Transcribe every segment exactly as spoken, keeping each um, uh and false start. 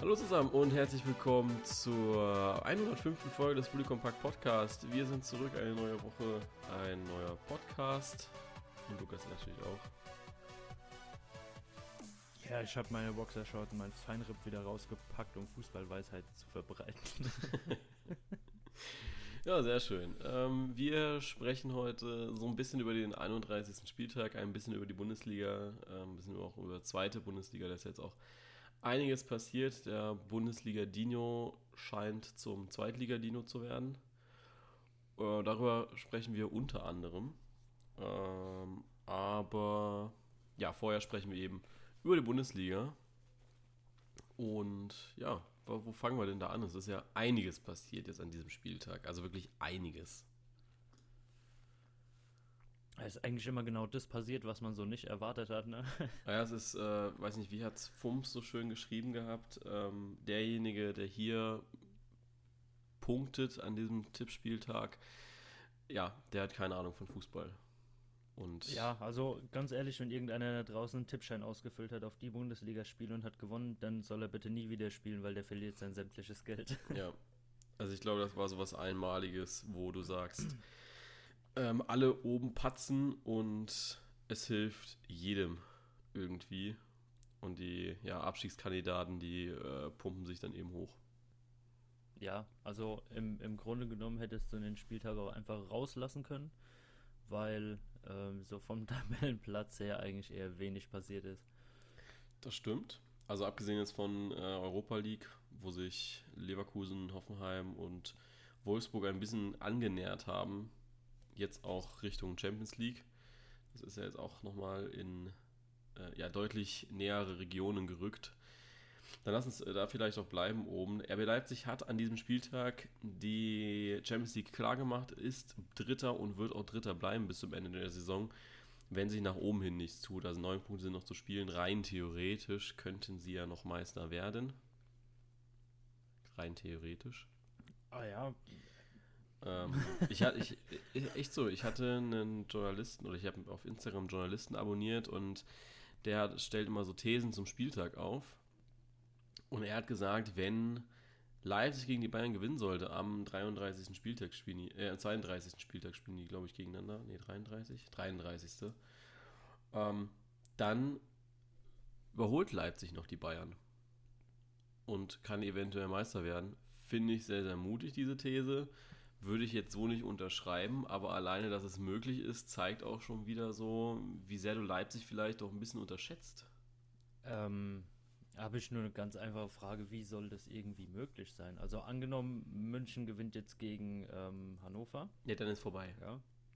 Hallo zusammen und herzlich willkommen zur hundertfünften Folge des Bully Compact Podcast. Wir sind zurück, eine neue Woche, ein neuer Podcast und Lukas natürlich auch. Ja, ich habe meine Boxershorts und meinen Feinripp wieder rausgepackt, um Fußballweisheit zu verbreiten. Ja, sehr schön. Ähm, wir sprechen heute so ein bisschen über den einunddreißigsten Spieltag, ein bisschen über die Bundesliga, äh, ein bisschen auch über die zweite Bundesliga, da ist jetzt auch einiges passiert. Der Bundesliga-Dino scheint zum Zweitliga-Dino zu werden. Äh, darüber sprechen wir unter anderem. Ähm, aber ja, vorher sprechen wir eben über die Bundesliga. Und ja, wo, wo fangen wir denn da an? Es ist ja einiges passiert jetzt an diesem Spieltag. Also wirklich einiges. Es ist eigentlich immer genau das passiert, was man so nicht erwartet hat, ne? Ja, es ist, äh, weiß nicht, wie hat es Fums so schön geschrieben gehabt, ähm, derjenige, der hier punktet an diesem Tippspieltag, ja, der hat keine Ahnung von Fußball. Und Ja, also ganz ehrlich, wenn irgendeiner da draußen einen Tippschein ausgefüllt hat auf die Bundesligaspiele und hat gewonnen, dann soll er bitte nie wieder spielen, weil der verliert sein sämtliches Geld. ja, also ich glaube, das war so was Einmaliges, wo du sagst, ähm, alle oben patzen und es hilft jedem irgendwie. Und die ja, Abstiegskandidaten, die äh, pumpen sich dann eben hoch. Ja, also im, im Grunde genommen hättest du den Spieltag auch einfach rauslassen können, weil ähm, so vom Tabellenplatz her eigentlich eher wenig passiert ist. Das stimmt. Also abgesehen jetzt von äh, Europa League, wo sich Leverkusen, Hoffenheim und Wolfsburg ein bisschen angenähert haben, jetzt auch Richtung Champions League. Das ist ja jetzt auch nochmal in äh, ja, deutlich nähere Regionen gerückt. Dann lass uns äh, da vielleicht auch bleiben oben. R B Leipzig hat an diesem Spieltag die Champions League klargemacht, ist Dritter und wird auch Dritter bleiben bis zum Ende der Saison, wenn sich nach oben hin nichts tut. Also neun Punkte sind noch zu spielen. Rein theoretisch könnten sie ja noch Meister werden. Rein theoretisch. Ah ja. Ähm, ich hatte, ich, echt so, ich hatte einen Journalisten, oder ich habe auf Instagram einen Journalisten abonniert und der hat, stellt immer so Thesen zum Spieltag auf. Und er hat gesagt, wenn Leipzig gegen die Bayern gewinnen sollte, am dreiunddreißigsten Spieltag spielen die, äh, zweiunddreißigsten Spieltag spielen die, glaube ich, gegeneinander. Ne, dreiunddreißig? dreiunddreißigsten Ähm, dann überholt Leipzig noch die Bayern und kann eventuell Meister werden. Finde ich sehr, sehr mutig, diese These. Würde ich jetzt so nicht unterschreiben, aber alleine, dass es möglich ist, zeigt auch schon wieder so, wie sehr du Leipzig vielleicht auch ein bisschen unterschätzt. Ähm, habe ich nur eine ganz einfache Frage, wie soll das irgendwie möglich sein? Also angenommen, München gewinnt jetzt gegen ähm, Hannover. Ja, dann ist vorbei. Ja,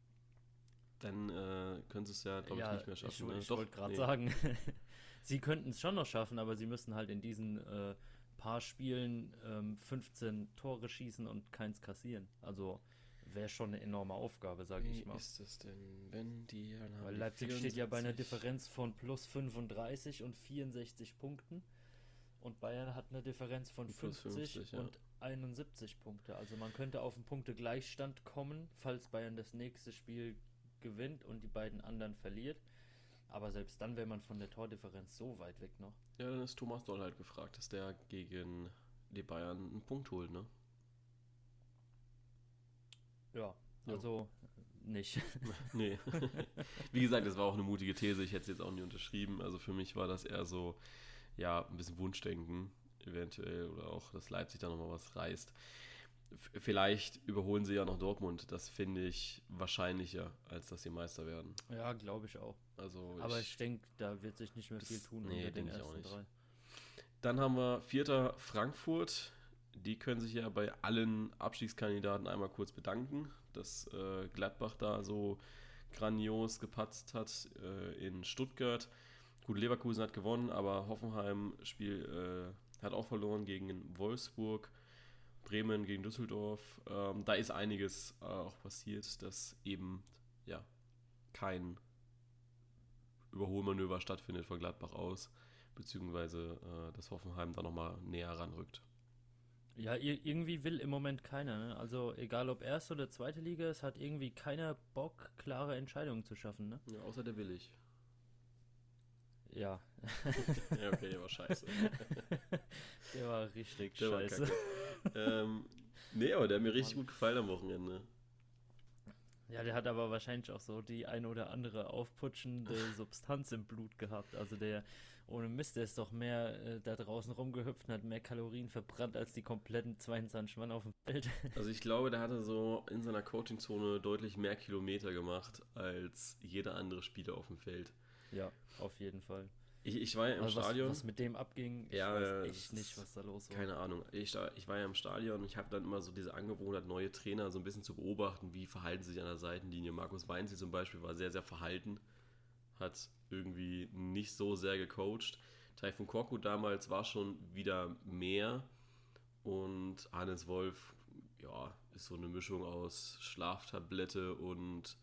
Dann äh, können sie es ja, glaube ich, ja nicht mehr schaffen. ich, Ne? ich Doch, wollte gerade nee. sagen, sie könnten es schon noch schaffen, aber sie müssen halt in diesen äh, paar Spielen ähm, fünfzehn Tore schießen und keins kassieren. Also wäre schon eine enorme Aufgabe, sage ich Wie mal. ist es denn, wenn die dann haben Weil die Leipzig steht ja bei einer vierundsechzig Differenz von plus fünfunddreißig und vierundsechzig Punkten. Und Bayern hat eine Differenz von plus fünfzig, fünfzig, ja. und einundsiebzig Punkte. Also man könnte auf einen Punktegleichstand kommen, falls Bayern das nächste Spiel gewinnt und die beiden anderen verliert. Aber selbst dann wäre man von der Tordifferenz so weit weg noch. Ja, dann ist Thomas Doll halt gefragt, dass der gegen die Bayern einen Punkt holt, ne? Ja, Jo. also nicht. Nee. Wie gesagt, das war auch eine mutige These, ich hätte es jetzt auch nie unterschrieben. Also für mich war das eher so, ja, ein bisschen Wunschdenken, eventuell, oder auch, dass Leipzig da nochmal was reißt. F- vielleicht überholen sie ja noch Dortmund, das finde ich wahrscheinlicher, als dass sie Meister werden. Ja, glaube ich auch. Also Aber ich denke, da wird sich nicht mehr Das- viel tun nee, unter den denk ich auch ersten nicht. drei. Dann haben wir Vierter Frankfurt. Die können sich ja bei allen Abstiegskandidaten einmal kurz bedanken, dass äh, Gladbach da so grandios gepatzt hat äh, in Stuttgart. Gut, Leverkusen hat gewonnen, aber Hoffenheim Spiel äh, hat auch verloren gegen Wolfsburg. Bremen gegen Düsseldorf. Ähm, da ist einiges äh, auch passiert, dass eben ja kein Überholmanöver stattfindet von Gladbach aus, beziehungsweise äh, dass Hoffenheim da nochmal näher ranrückt. Ja, ir- irgendwie will im Moment keiner, ne? Also egal ob erste oder zweite Liga, es hat irgendwie keiner Bock, klare Entscheidungen zu schaffen, ne? Ja, außer der Willig. Ja. Ja, okay, der war scheiße. Der war richtig Der war scheiße. kacke. ähm, nee, aber der hat mir richtig Mann. gut gefallen am Wochenende. Ja, der hat aber wahrscheinlich auch so die ein oder andere aufputschende Substanz im Blut gehabt. Also der, ohne Mist, der ist doch mehr äh, da draußen rumgehüpft und hat mehr Kalorien verbrannt als die kompletten zweiundzwanzig Mann auf dem Feld. Also ich glaube, der hatte so in seiner Coachingzone deutlich mehr Kilometer gemacht als jeder andere Spieler auf dem Feld. Ja, auf jeden Fall. Ich, ich war ja im Also was, Stadion. was mit dem abging, ich Ja, weiß ja, echt das nicht, ist was da los war. keine Ahnung. Ich, ich war ja im Stadion und ich habe dann immer so diese Angewohnheit, neue Trainer so ein bisschen zu beobachten, wie verhalten sie sich an der Seitenlinie. Markus Weinziel zum Beispiel war sehr, sehr verhalten, hat irgendwie nicht so sehr gecoacht. Taifun Korkut damals war schon wieder mehr und Hannes Wolf, ja, ist so eine Mischung aus Schlaftablette und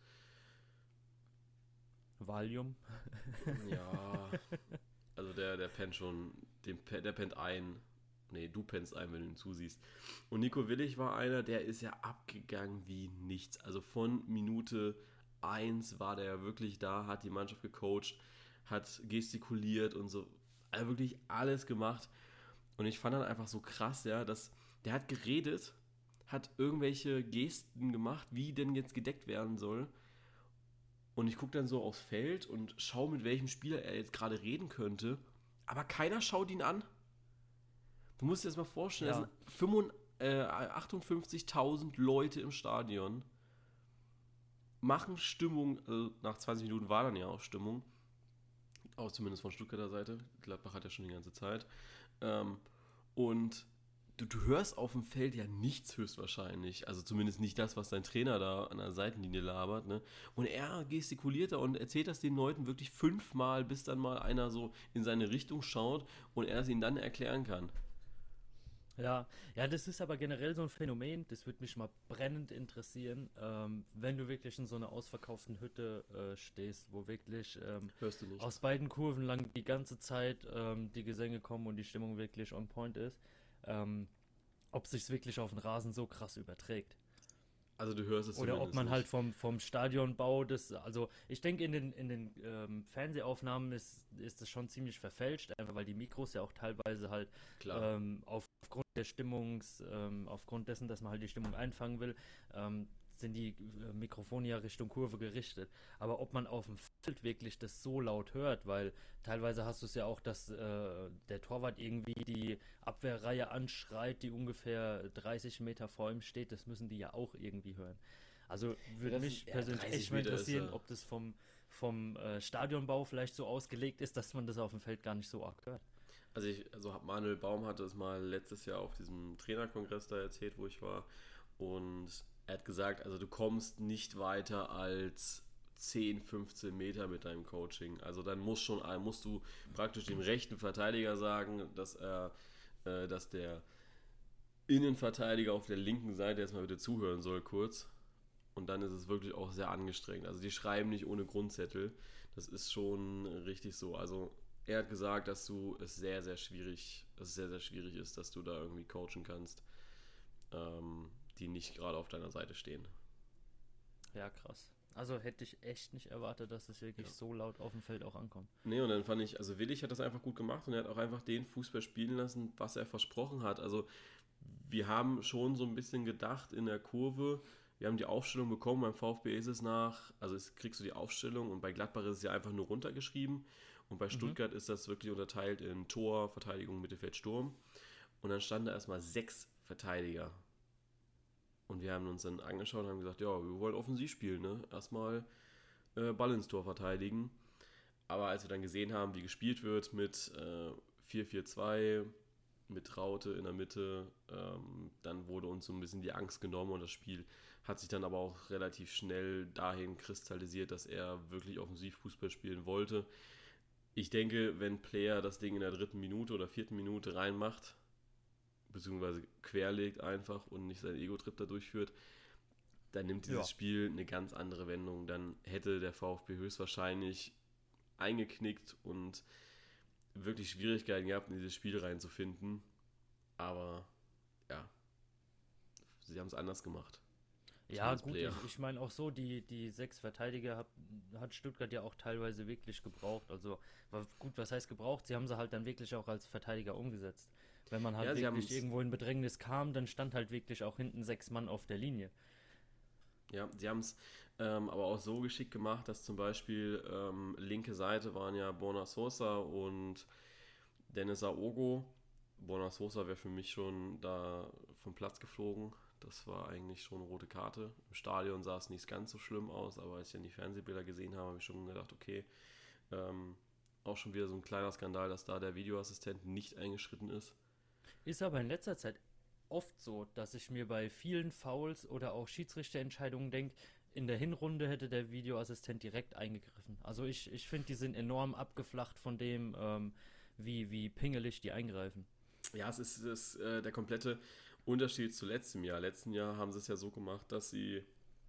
Valium? ja, also der, der pennt schon, den, der pennt ein. Nee, du pennst ein, wenn du ihm zusiehst. Und Nico Willig war einer, der ist ja abgegangen wie nichts. Also von Minute eins war der ja wirklich da, hat die Mannschaft gecoacht, hat gestikuliert und so. Also wirklich alles gemacht. Und ich fand dann einfach so krass, ja, dass der hat geredet, hat irgendwelche Gesten gemacht, wie denn jetzt gedeckt werden soll. Und ich gucke dann so aufs Feld und schaue, mit welchem Spieler er jetzt gerade reden könnte. Aber keiner schaut ihn an. Du musst dir das mal vorstellen, Ja. da sind fünfund- äh, achtundfünfzigtausend Leute im Stadion, machen Stimmung, also nach zwanzig Minuten war dann ja auch Stimmung, auch zumindest von Stuttgarter Seite, Gladbach hat ja schon die ganze Zeit, ähm, und du, du hörst auf dem Feld ja nichts höchstwahrscheinlich, also zumindest nicht das, was dein Trainer da an der Seitenlinie labert, ne? Und er gestikuliert da und erzählt das den Leuten wirklich fünfmal, bis dann mal einer so in seine Richtung schaut und er es ihnen dann erklären kann. Ja, ja, das ist aber generell so ein Phänomen, das würde mich mal brennend interessieren, ähm, wenn du wirklich in so einer ausverkauften Hütte äh, stehst, wo wirklich ähm, Hörst du nicht. aus beiden Kurven lang die ganze Zeit ähm, die Gesänge kommen und die Stimmung wirklich on point ist, ähm, ob sich's wirklich auf den Rasen so krass überträgt. Also du hörst es Oder ob zumindest man halt nicht. vom, vom Stadionbau das, also ich denke in den, in den ähm, Fernsehaufnahmen ist, ist das schon ziemlich verfälscht, einfach weil die Mikros ja auch teilweise halt Klar. ähm, aufgrund der Stimmungs, ähm, aufgrund dessen, dass man halt die Stimmung einfangen will, ähm, sind die äh, Mikrofone ja Richtung Kurve gerichtet. Aber ob man auf dem Feld wirklich das so laut hört, weil teilweise hast du es ja auch, dass äh, der Torwart irgendwie die Abwehrreihe anschreit, die ungefähr dreißig Meter vor ihm steht, das müssen die ja auch irgendwie hören. Also würde das mich ist- ja, persönlich dreißig echt mal Meter ist interessieren, ja- ob das vom, vom äh, Stadionbau vielleicht so ausgelegt ist, dass man das auf dem Feld gar nicht so arg hört. Also ich, also Manuel Baum hatte es mal letztes Jahr auf diesem Trainerkongress da erzählt, wo ich war. Und er hat gesagt, also du kommst nicht weiter als zehn, fünfzehn Meter mit deinem Coaching. Also dann musst, schon, musst du praktisch dem rechten Verteidiger sagen, dass er, äh, dass der Innenverteidiger auf der linken Seite erstmal bitte zuhören soll kurz. Und dann ist es wirklich auch sehr angestrengt. Also die schreiben nicht ohne Grundzettel. Das ist schon richtig so. Also er hat gesagt, dass du es sehr, sehr schwierig, dass es sehr, sehr schwierig ist, dass du da irgendwie coachen kannst, ähm, die nicht gerade auf deiner Seite stehen. Ja, krass. Also hätte ich echt nicht erwartet, dass es wirklich Ja. so laut auf dem Feld auch ankommt. Nee, und dann fand ich, also Willig hat das einfach gut gemacht und er hat auch einfach den Fußball spielen lassen, was er versprochen hat. Also wir haben schon so ein bisschen gedacht in der Kurve, wir haben die Aufstellung bekommen, beim VfB ist es nach, also es kriegst du die Aufstellung und bei Gladbach ist es ja einfach nur runtergeschrieben und bei Stuttgart ist das wirklich unterteilt in Tor, Verteidigung, Mittelfeld, Sturm und dann standen da erstmal sechs Verteidiger und wir haben uns dann angeschaut und haben gesagt, ja, wir wollen offensiv spielen, ne? Erstmal äh, Ball ins Tor verteidigen, aber als wir dann gesehen haben, wie gespielt wird mit äh, vier vier zwei, mit Raute in der Mitte, ähm, dann wurde uns so ein bisschen die Angst genommen und das Spiel hat sich dann aber auch relativ schnell dahin kristallisiert, dass er wirklich offensiv Fußball spielen wollte. Ich denke, wenn Player das Ding in der dritten Minute oder vierten Minute reinmacht, beziehungsweise querlegt einfach und nicht seinen Ego-Trip da durchführt, dann nimmt dieses Ja. Spiel eine ganz andere Wendung. Dann hätte der VfB höchstwahrscheinlich eingeknickt und wirklich Schwierigkeiten gehabt, in dieses Spiel reinzufinden. Aber ja, sie haben es anders gemacht. Ja, gut, ich, ich meine auch so, die, die sechs Verteidiger hat, hat Stuttgart ja auch teilweise wirklich gebraucht. Also, war, gut, was heißt gebraucht? Sie haben sie halt dann wirklich auch als Verteidiger umgesetzt. Wenn man halt Ja, wirklich irgendwo in Bedrängnis kam, dann stand halt wirklich auch hinten sechs Mann auf der Linie. Ja, sie haben es ähm, aber auch so geschickt gemacht, dass zum Beispiel ähm, linke Seite waren ja Borna Sosa und Dennis Aogo. Borna Sosa wäre für mich schon da vom Platz geflogen. Das war eigentlich schon eine rote Karte. Im Stadion sah es nicht ganz so schlimm aus, aber als ich dann die Fernsehbilder gesehen habe, habe ich schon gedacht, okay, ähm, auch schon wieder so ein kleiner Skandal, dass da der Videoassistent nicht eingeschritten ist. Ist aber in letzter Zeit oft so, dass ich mir bei vielen Fouls oder auch Schiedsrichterentscheidungen denke, in der Hinrunde hätte der Videoassistent direkt eingegriffen. Also ich, ich finde, die sind enorm abgeflacht von dem, ähm, wie, wie pingelig die eingreifen. Ja, es ist, es ist äh, der komplette Unterschied zu letztem Jahr. Letzten Jahr haben sie es ja so gemacht, dass sie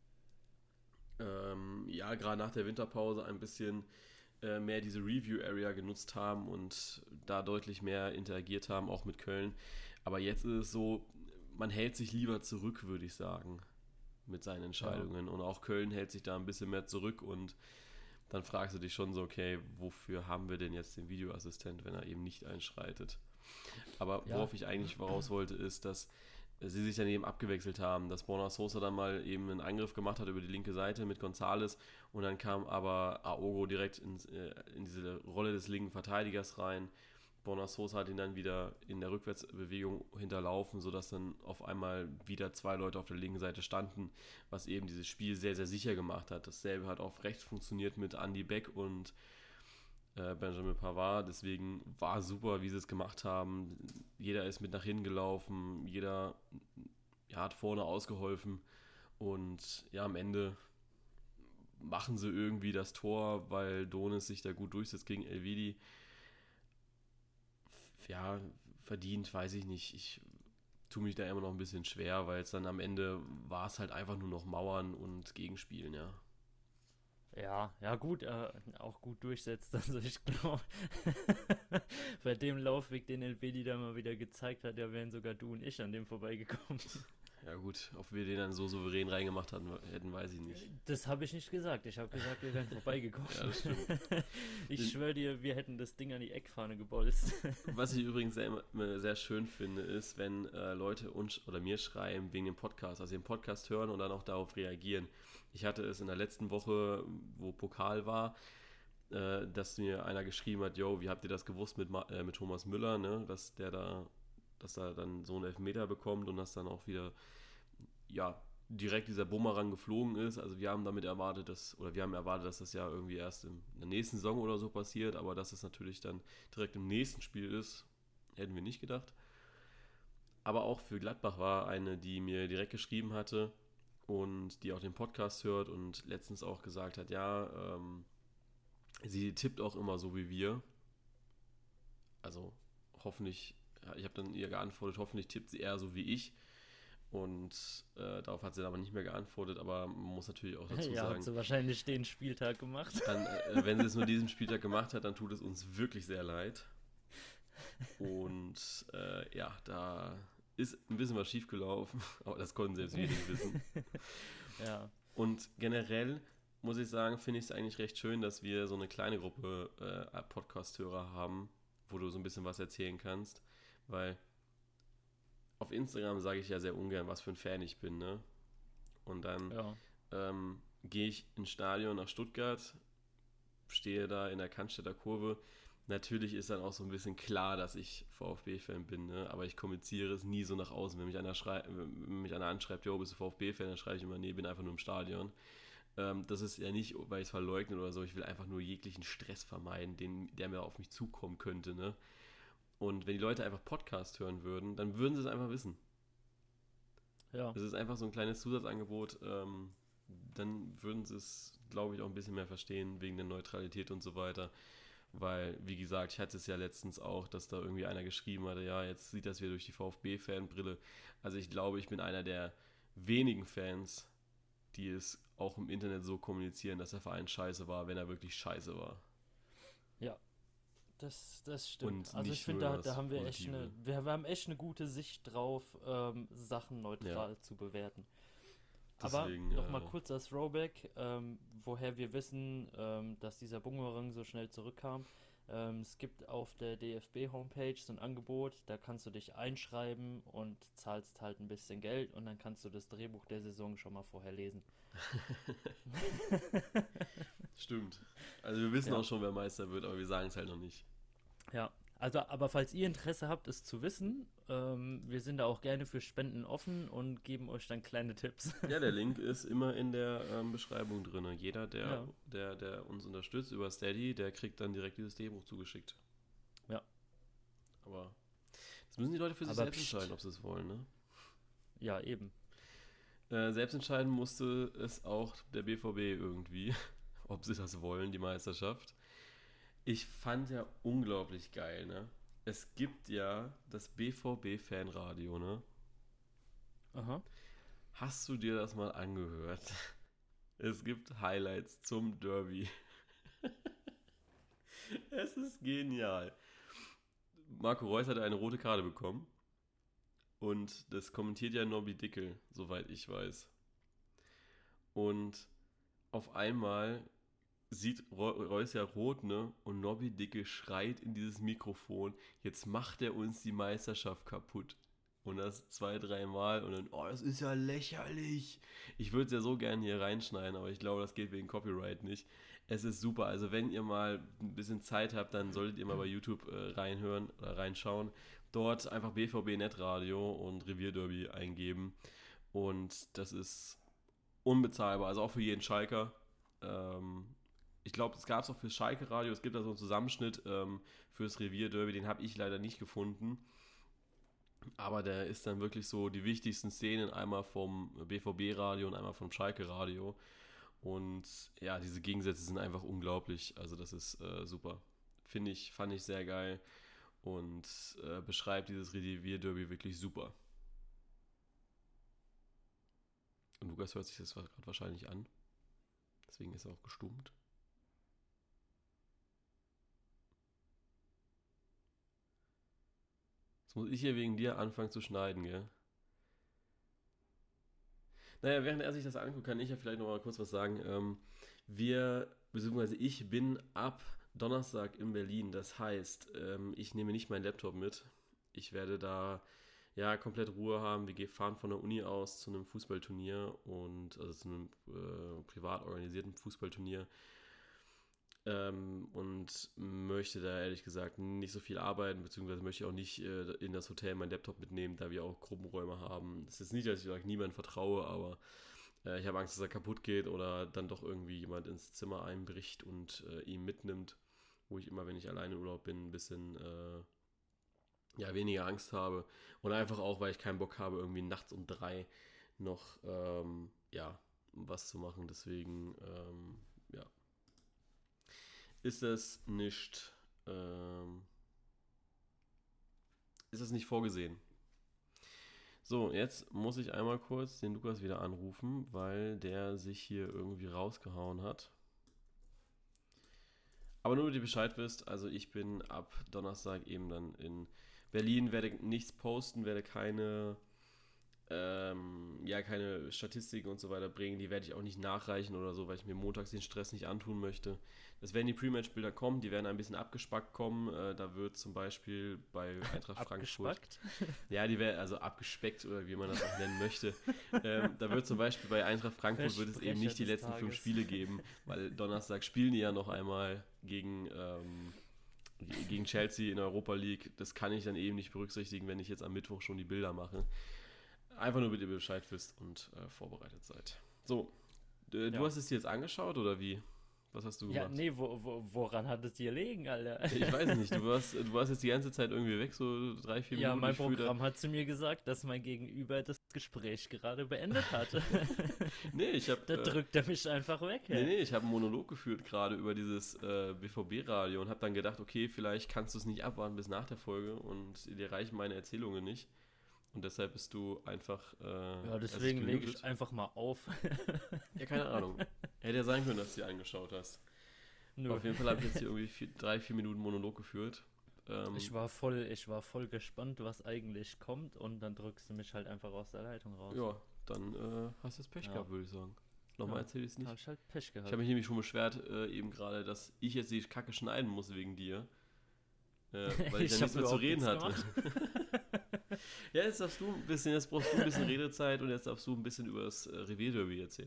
ähm, ja gerade nach der Winterpause ein bisschen äh, mehr diese Review-Area genutzt haben und da deutlich mehr interagiert haben, auch mit Köln. Aber jetzt ist es so, man hält sich lieber zurück, würde ich sagen, mit seinen Entscheidungen. Ja. Und auch Köln hält sich da ein bisschen mehr zurück und dann fragst du dich schon so, okay, wofür haben wir denn jetzt den Videoassistent, wenn er eben nicht einschreitet? Aber worauf ja. ich eigentlich voraus wollte, ist, dass sie sich dann eben abgewechselt haben, dass Borna Sosa dann mal eben einen Angriff gemacht hat über die linke Seite mit González und dann kam aber Aogo direkt ins, äh, in diese Rolle des linken Verteidigers rein. Borna Sosa hat ihn dann wieder in der Rückwärtsbewegung hinterlaufen, sodass dann auf einmal wieder zwei Leute auf der linken Seite standen, was eben dieses Spiel sehr, sehr sicher gemacht hat. Dasselbe hat auf rechts funktioniert mit Andy Beck und äh, Benjamin Pavard, deswegen war super, wie sie es gemacht haben. Jeder ist mit nach hinten gelaufen, jeder ja, hat vorne ausgeholfen und ja, am Ende machen sie irgendwie das Tor, weil Donis sich da gut durchsetzt gegen Elvedi. Ja, verdient, weiß ich nicht. Ich tue mich da immer noch ein bisschen schwer, weil es dann am Ende war es halt einfach nur noch Mauern und Gegenspielen, ja. Ja, ja gut, äh, auch gut durchsetzt. Also ich glaube, bei dem Laufweg, den Elvedi da mal wieder gezeigt hat, ja wären sogar du und ich an dem vorbeigekommen. Ja gut, ob wir den dann so souverän reingemacht hatten, hätten, weiß ich nicht. Das habe ich nicht gesagt. Ich habe gesagt, wir wären vorbeigekommen. Ja, das stimmt. Ich schwöre dir, wir hätten das Ding an die Eckfahne gebolzt. Was ich übrigens sehr, sehr schön finde, ist, wenn äh, Leute uns oder mir schreiben wegen dem Podcast, also den Podcast hören und dann auch darauf reagieren. Ich hatte es in der letzten Woche, wo Pokal war, äh, dass mir einer geschrieben hat, yo, wie habt ihr das gewusst mit, äh, mit Thomas Müller, ne? Dass der da, dass er dann so einen Elfmeter bekommt und dass dann auch wieder ja, direkt dieser Bumerang geflogen ist. Also wir haben damit erwartet, dass, oder wir haben erwartet, dass das ja irgendwie erst in der nächsten Saison oder so passiert, aber dass es natürlich dann direkt im nächsten Spiel ist, hätten wir nicht gedacht. Aber auch für Gladbach war eine, die mir direkt geschrieben hatte und die auch den Podcast hört und letztens auch gesagt hat, ja, ähm, sie tippt auch immer so wie wir. Also hoffentlich, ich habe dann ihr geantwortet, hoffentlich tippt sie eher so wie ich. Und äh, darauf hat sie dann aber nicht mehr geantwortet, aber man muss natürlich auch dazu ja, sagen... Ja, hat sie wahrscheinlich den Spieltag gemacht. Dann, äh, wenn sie es nur diesen Spieltag gemacht hat, dann tut es uns wirklich sehr leid. Und äh, ja, da ist ein bisschen was schiefgelaufen, aber das konnten selbst wir nicht wissen. Ja. Und generell muss ich sagen, finde ich es eigentlich recht schön, dass wir so eine kleine Gruppe äh, Podcast-Hörer haben, wo du so ein bisschen was erzählen kannst, weil... Auf Instagram sage ich ja sehr ungern, was für ein Fan ich bin, ne? Und dann ja. ähm, gehe ich ins Stadion nach Stuttgart, stehe da in der Cannstätter Kurve. Natürlich ist dann auch so ein bisschen klar, dass ich VfB-Fan bin, ne? Aber ich kommuniziere es nie so nach außen. Wenn mich einer, schrei- wenn mich einer anschreibt, jo, bist du VfB-Fan, dann schreibe ich immer, nee, bin einfach nur im Stadion. Ähm, das ist ja nicht, weil ich es verleugne oder so. Ich will einfach nur jeglichen Stress vermeiden, den, der mir auf mich zukommen könnte, ne? Und wenn die Leute einfach Podcast hören würden, dann würden sie es einfach wissen. Ja. Das ist einfach so ein kleines Zusatzangebot. Ähm, dann würden sie es, glaube ich, auch ein bisschen mehr verstehen, wegen der Neutralität und so weiter. Weil, wie gesagt, ich hatte es ja letztens auch, dass da irgendwie einer geschrieben hatte, ja, jetzt sieht das wieder durch die VfB-Fanbrille. Also ich glaube, ich bin einer der wenigen Fans, die es auch im Internet so kommunizieren, dass der Verein scheiße war, wenn er wirklich scheiße war. Ja. Das, das stimmt. Und also ich finde, da, da haben wir echt eine, wir, wir haben echt eine gute Sicht drauf, ähm, Sachen neutral ja. zu bewerten. Aber Deswegen, nochmal äh, kurz als Throwback, ähm, woher wir wissen, ähm, dass dieser Bumerang so schnell zurückkam. Ähm, es gibt auf der D F B-Homepage so ein Angebot, da kannst du dich einschreiben und zahlst halt ein bisschen Geld und dann kannst du das Drehbuch der Saison schon mal vorher lesen. Stimmt. Also wir wissen Ja. auch schon, wer Meister wird, aber wir sagen es halt noch nicht. Ja, also aber falls ihr Interesse habt, es zu wissen, ähm, wir sind da auch gerne für Spenden offen und geben euch dann kleine Tipps. Ja, der Link ist immer in der ähm, Beschreibung drin. Jeder, der, Ja. der, der uns unterstützt über Steady, der kriegt dann direkt dieses Drehbuch zugeschickt. Ja. Aber das müssen die Leute für sich Aber selbst pst. entscheiden, ob sie es wollen, ne? Ja, eben. Äh, selbst entscheiden musste es auch der B V B irgendwie, ob sie das wollen, die Meisterschaft. Ich fand ja unglaublich geil, ne? Es gibt ja das B V B-Fanradio, ne? Aha. Hast du dir das mal angehört? Es gibt Highlights zum Derby. Es ist genial. Marco Reus hat eine rote Karte bekommen. Und das kommentiert ja Nobby Dickel, soweit ich weiß. Und auf einmal sieht Reus ja rot, ne? Und Nobby Dickel schreit in dieses Mikrofon, jetzt macht er uns die Meisterschaft kaputt. Und das zwei, dreimal und dann, oh, das ist ja lächerlich. Ich würde es ja so gerne hier reinschneiden, aber ich glaube, das geht wegen Copyright nicht. Es ist super, also wenn ihr mal ein bisschen Zeit habt, dann solltet ihr mal bei YouTube äh, reinhören oder reinschauen. Dort einfach B V B Netradio und Revierderby eingeben. Und das ist unbezahlbar, also auch für jeden Schalker. Ähm, ich glaube, es gab es auch fürs Schalke Radio, es gibt da so einen Zusammenschnitt ähm, fürs Revierderby, den habe ich leider nicht gefunden. Aber der ist dann wirklich so die wichtigsten Szenen, einmal vom B V B-Radio und einmal vom Schalke-Radio. Und ja, diese Gegensätze sind einfach unglaublich. Also das ist äh, super. Finde ich, fand ich sehr geil und äh, beschreibt dieses Revierderby wirklich super. Und Lukas hört sich das gerade wahrscheinlich an. Deswegen ist er auch gestummt. Jetzt muss ich hier wegen dir anfangen zu schneiden, gell? Naja, während er sich das anguckt, kann ich ja vielleicht noch mal kurz was sagen. Ähm, wir, beziehungsweise ich bin ab Donnerstag in Berlin. Das heißt, ähm, ich nehme nicht meinen Laptop mit. Ich werde da ja komplett Ruhe haben. Wir fahren von der Uni aus zu einem Fußballturnier und also zu einem äh, privat organisierten Fußballturnier. Ähm, und möchte da ehrlich gesagt nicht so viel arbeiten, beziehungsweise möchte auch nicht äh, in das Hotel meinen Laptop mitnehmen, da wir auch Gruppenräume haben. Es ist nicht, dass ich sage, niemandem vertraue, aber äh, ich habe Angst, dass er kaputt geht oder dann doch irgendwie jemand ins Zimmer einbricht und äh, ihn mitnimmt, wo ich immer, wenn ich alleine im Urlaub bin, ein bisschen äh, ja, weniger Angst habe. Und einfach auch, weil ich keinen Bock habe, irgendwie nachts um drei noch ähm, ja, was zu machen. Deswegen, ähm, ja. Ist es nicht, ähm, ist es nicht vorgesehen. So, jetzt muss ich einmal kurz den Lukas wieder anrufen, weil der sich hier irgendwie rausgehauen hat. Aber nur, damit ihr Bescheid wisst, also ich bin ab Donnerstag eben dann in Berlin, werde nichts posten, werde keine, ähm, ja, keine Statistiken und so weiter bringen. Die werde ich auch nicht nachreichen oder so, weil ich mir montags den Stress nicht antun möchte. Es werden die Pre-Match-Bilder kommen, die werden ein bisschen abgespackt kommen. Äh, da wird zum Beispiel bei Eintracht Frankfurt... Ja, die werden also abgespeckt oder wie man das auch nennen möchte. Ähm, da wird zum Beispiel bei Eintracht Frankfurt wird es eben nicht die letzten Tages. fünf Spiele geben, weil Donnerstag spielen die ja noch einmal gegen, ähm, gegen Chelsea in der Europa League. Das kann ich dann eben nicht berücksichtigen, wenn ich jetzt am Mittwoch schon die Bilder mache. Einfach nur, damit ihr Bescheid wisst und äh, vorbereitet seid. So, äh, du Ja. hast es dir jetzt angeschaut oder wie? Was hast du gemacht? Ja, nee, wo, wo, woran hat es dir gelegen, Alter? Ich weiß nicht, du warst, du warst jetzt die ganze Zeit irgendwie weg, so drei, vier Ja, Minuten. mein Ich fühl Programm hat zu mir gesagt, dass mein Gegenüber das Gespräch gerade beendet hatte. Nee, ich hab... Da äh, drückt er mich einfach weg. Nee, ey. nee, ich habe einen Monolog geführt gerade über dieses äh, B V B-Radio und habe dann gedacht, okay, vielleicht kannst du es nicht abwarten bis nach der Folge und dir reichen meine Erzählungen nicht. Und deshalb bist du einfach... Äh, Ja, deswegen erst lege gemutet. ich einfach mal auf. Ja, keine Ahnung. Hätte ja sein können, dass du dir angeschaut hast. Nö. Auf jeden Fall habe ich jetzt hier irgendwie vier, drei, vier Minuten Monolog geführt. Ähm, Ich war voll, ich war voll gespannt, was eigentlich kommt und dann drückst du mich halt einfach aus der Leitung raus. ja, dann äh, hast du das Pech Ja. gehabt, würde ich sagen. Nochmal Ja, erzähle ich es nicht. Hab ich halt Pech Ich gehabt. habe mich nämlich schon beschwert, äh, eben gerade, dass ich jetzt die Kacke schneiden muss wegen dir. Äh, weil ich, Ich dann nichts hab mehr zu überhaupt reden nichts hatte. Ja, jetzt darfst du ein bisschen, jetzt brauchst du ein bisschen Redezeit und jetzt darfst du ein bisschen über das äh, Revierderby erzählen.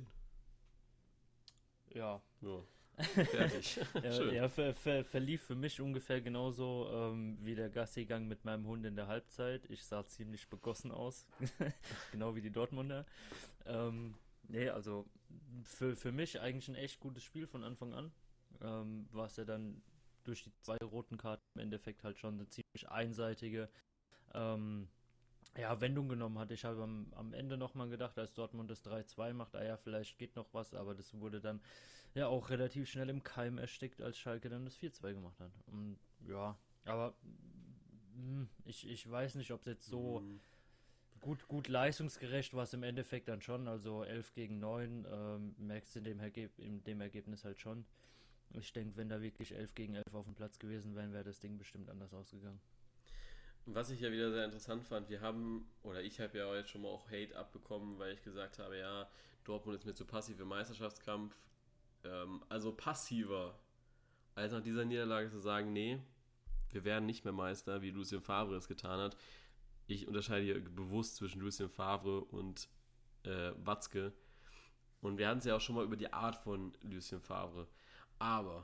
Ja. Ja. Fertig. Ja, Schön. ja ver, ver, verlief für mich ungefähr genauso ähm, wie der Gassigang mit meinem Hund in der Halbzeit. Ich sah ziemlich begossen aus, genau wie die Dortmunder. Ähm, nee, also für, für mich eigentlich ein echt gutes Spiel von Anfang an. Ähm, war es ja dann durch die zwei roten Karten im Endeffekt halt schon eine ziemlich einseitige ähm, ja, Wendung genommen hat. Ich habe am, am Ende nochmal gedacht, als Dortmund das drei zwei macht, ah ja, vielleicht geht noch was, aber das wurde dann ja auch relativ schnell im Keim erstickt, als Schalke dann das vier zwei gemacht hat. Und ja, aber mh, ich, ich weiß nicht, ob es jetzt so Mhm. gut, gut leistungsgerecht war es im Endeffekt dann schon. Also elf gegen neun ähm, merkst du in dem, Ergeb in dem Ergebnis halt schon. Ich denke, wenn da wirklich elf gegen elf auf dem Platz gewesen wären, wäre das Ding bestimmt anders ausgegangen. Was ich ja wieder sehr interessant fand, wir haben, oder ich habe ja jetzt schon mal auch Hate abbekommen, weil ich gesagt habe, ja, Dortmund ist mir zu passiv im Meisterschaftskampf. Ähm, also passiver, als nach dieser Niederlage zu sagen, nee, wir werden nicht mehr Meister, wie Lucien Favre es getan hat. Ich unterscheide hier bewusst zwischen Lucien Favre und äh, Watzke. Und wir hatten es ja auch schon mal über die Art von Lucien Favre. Aber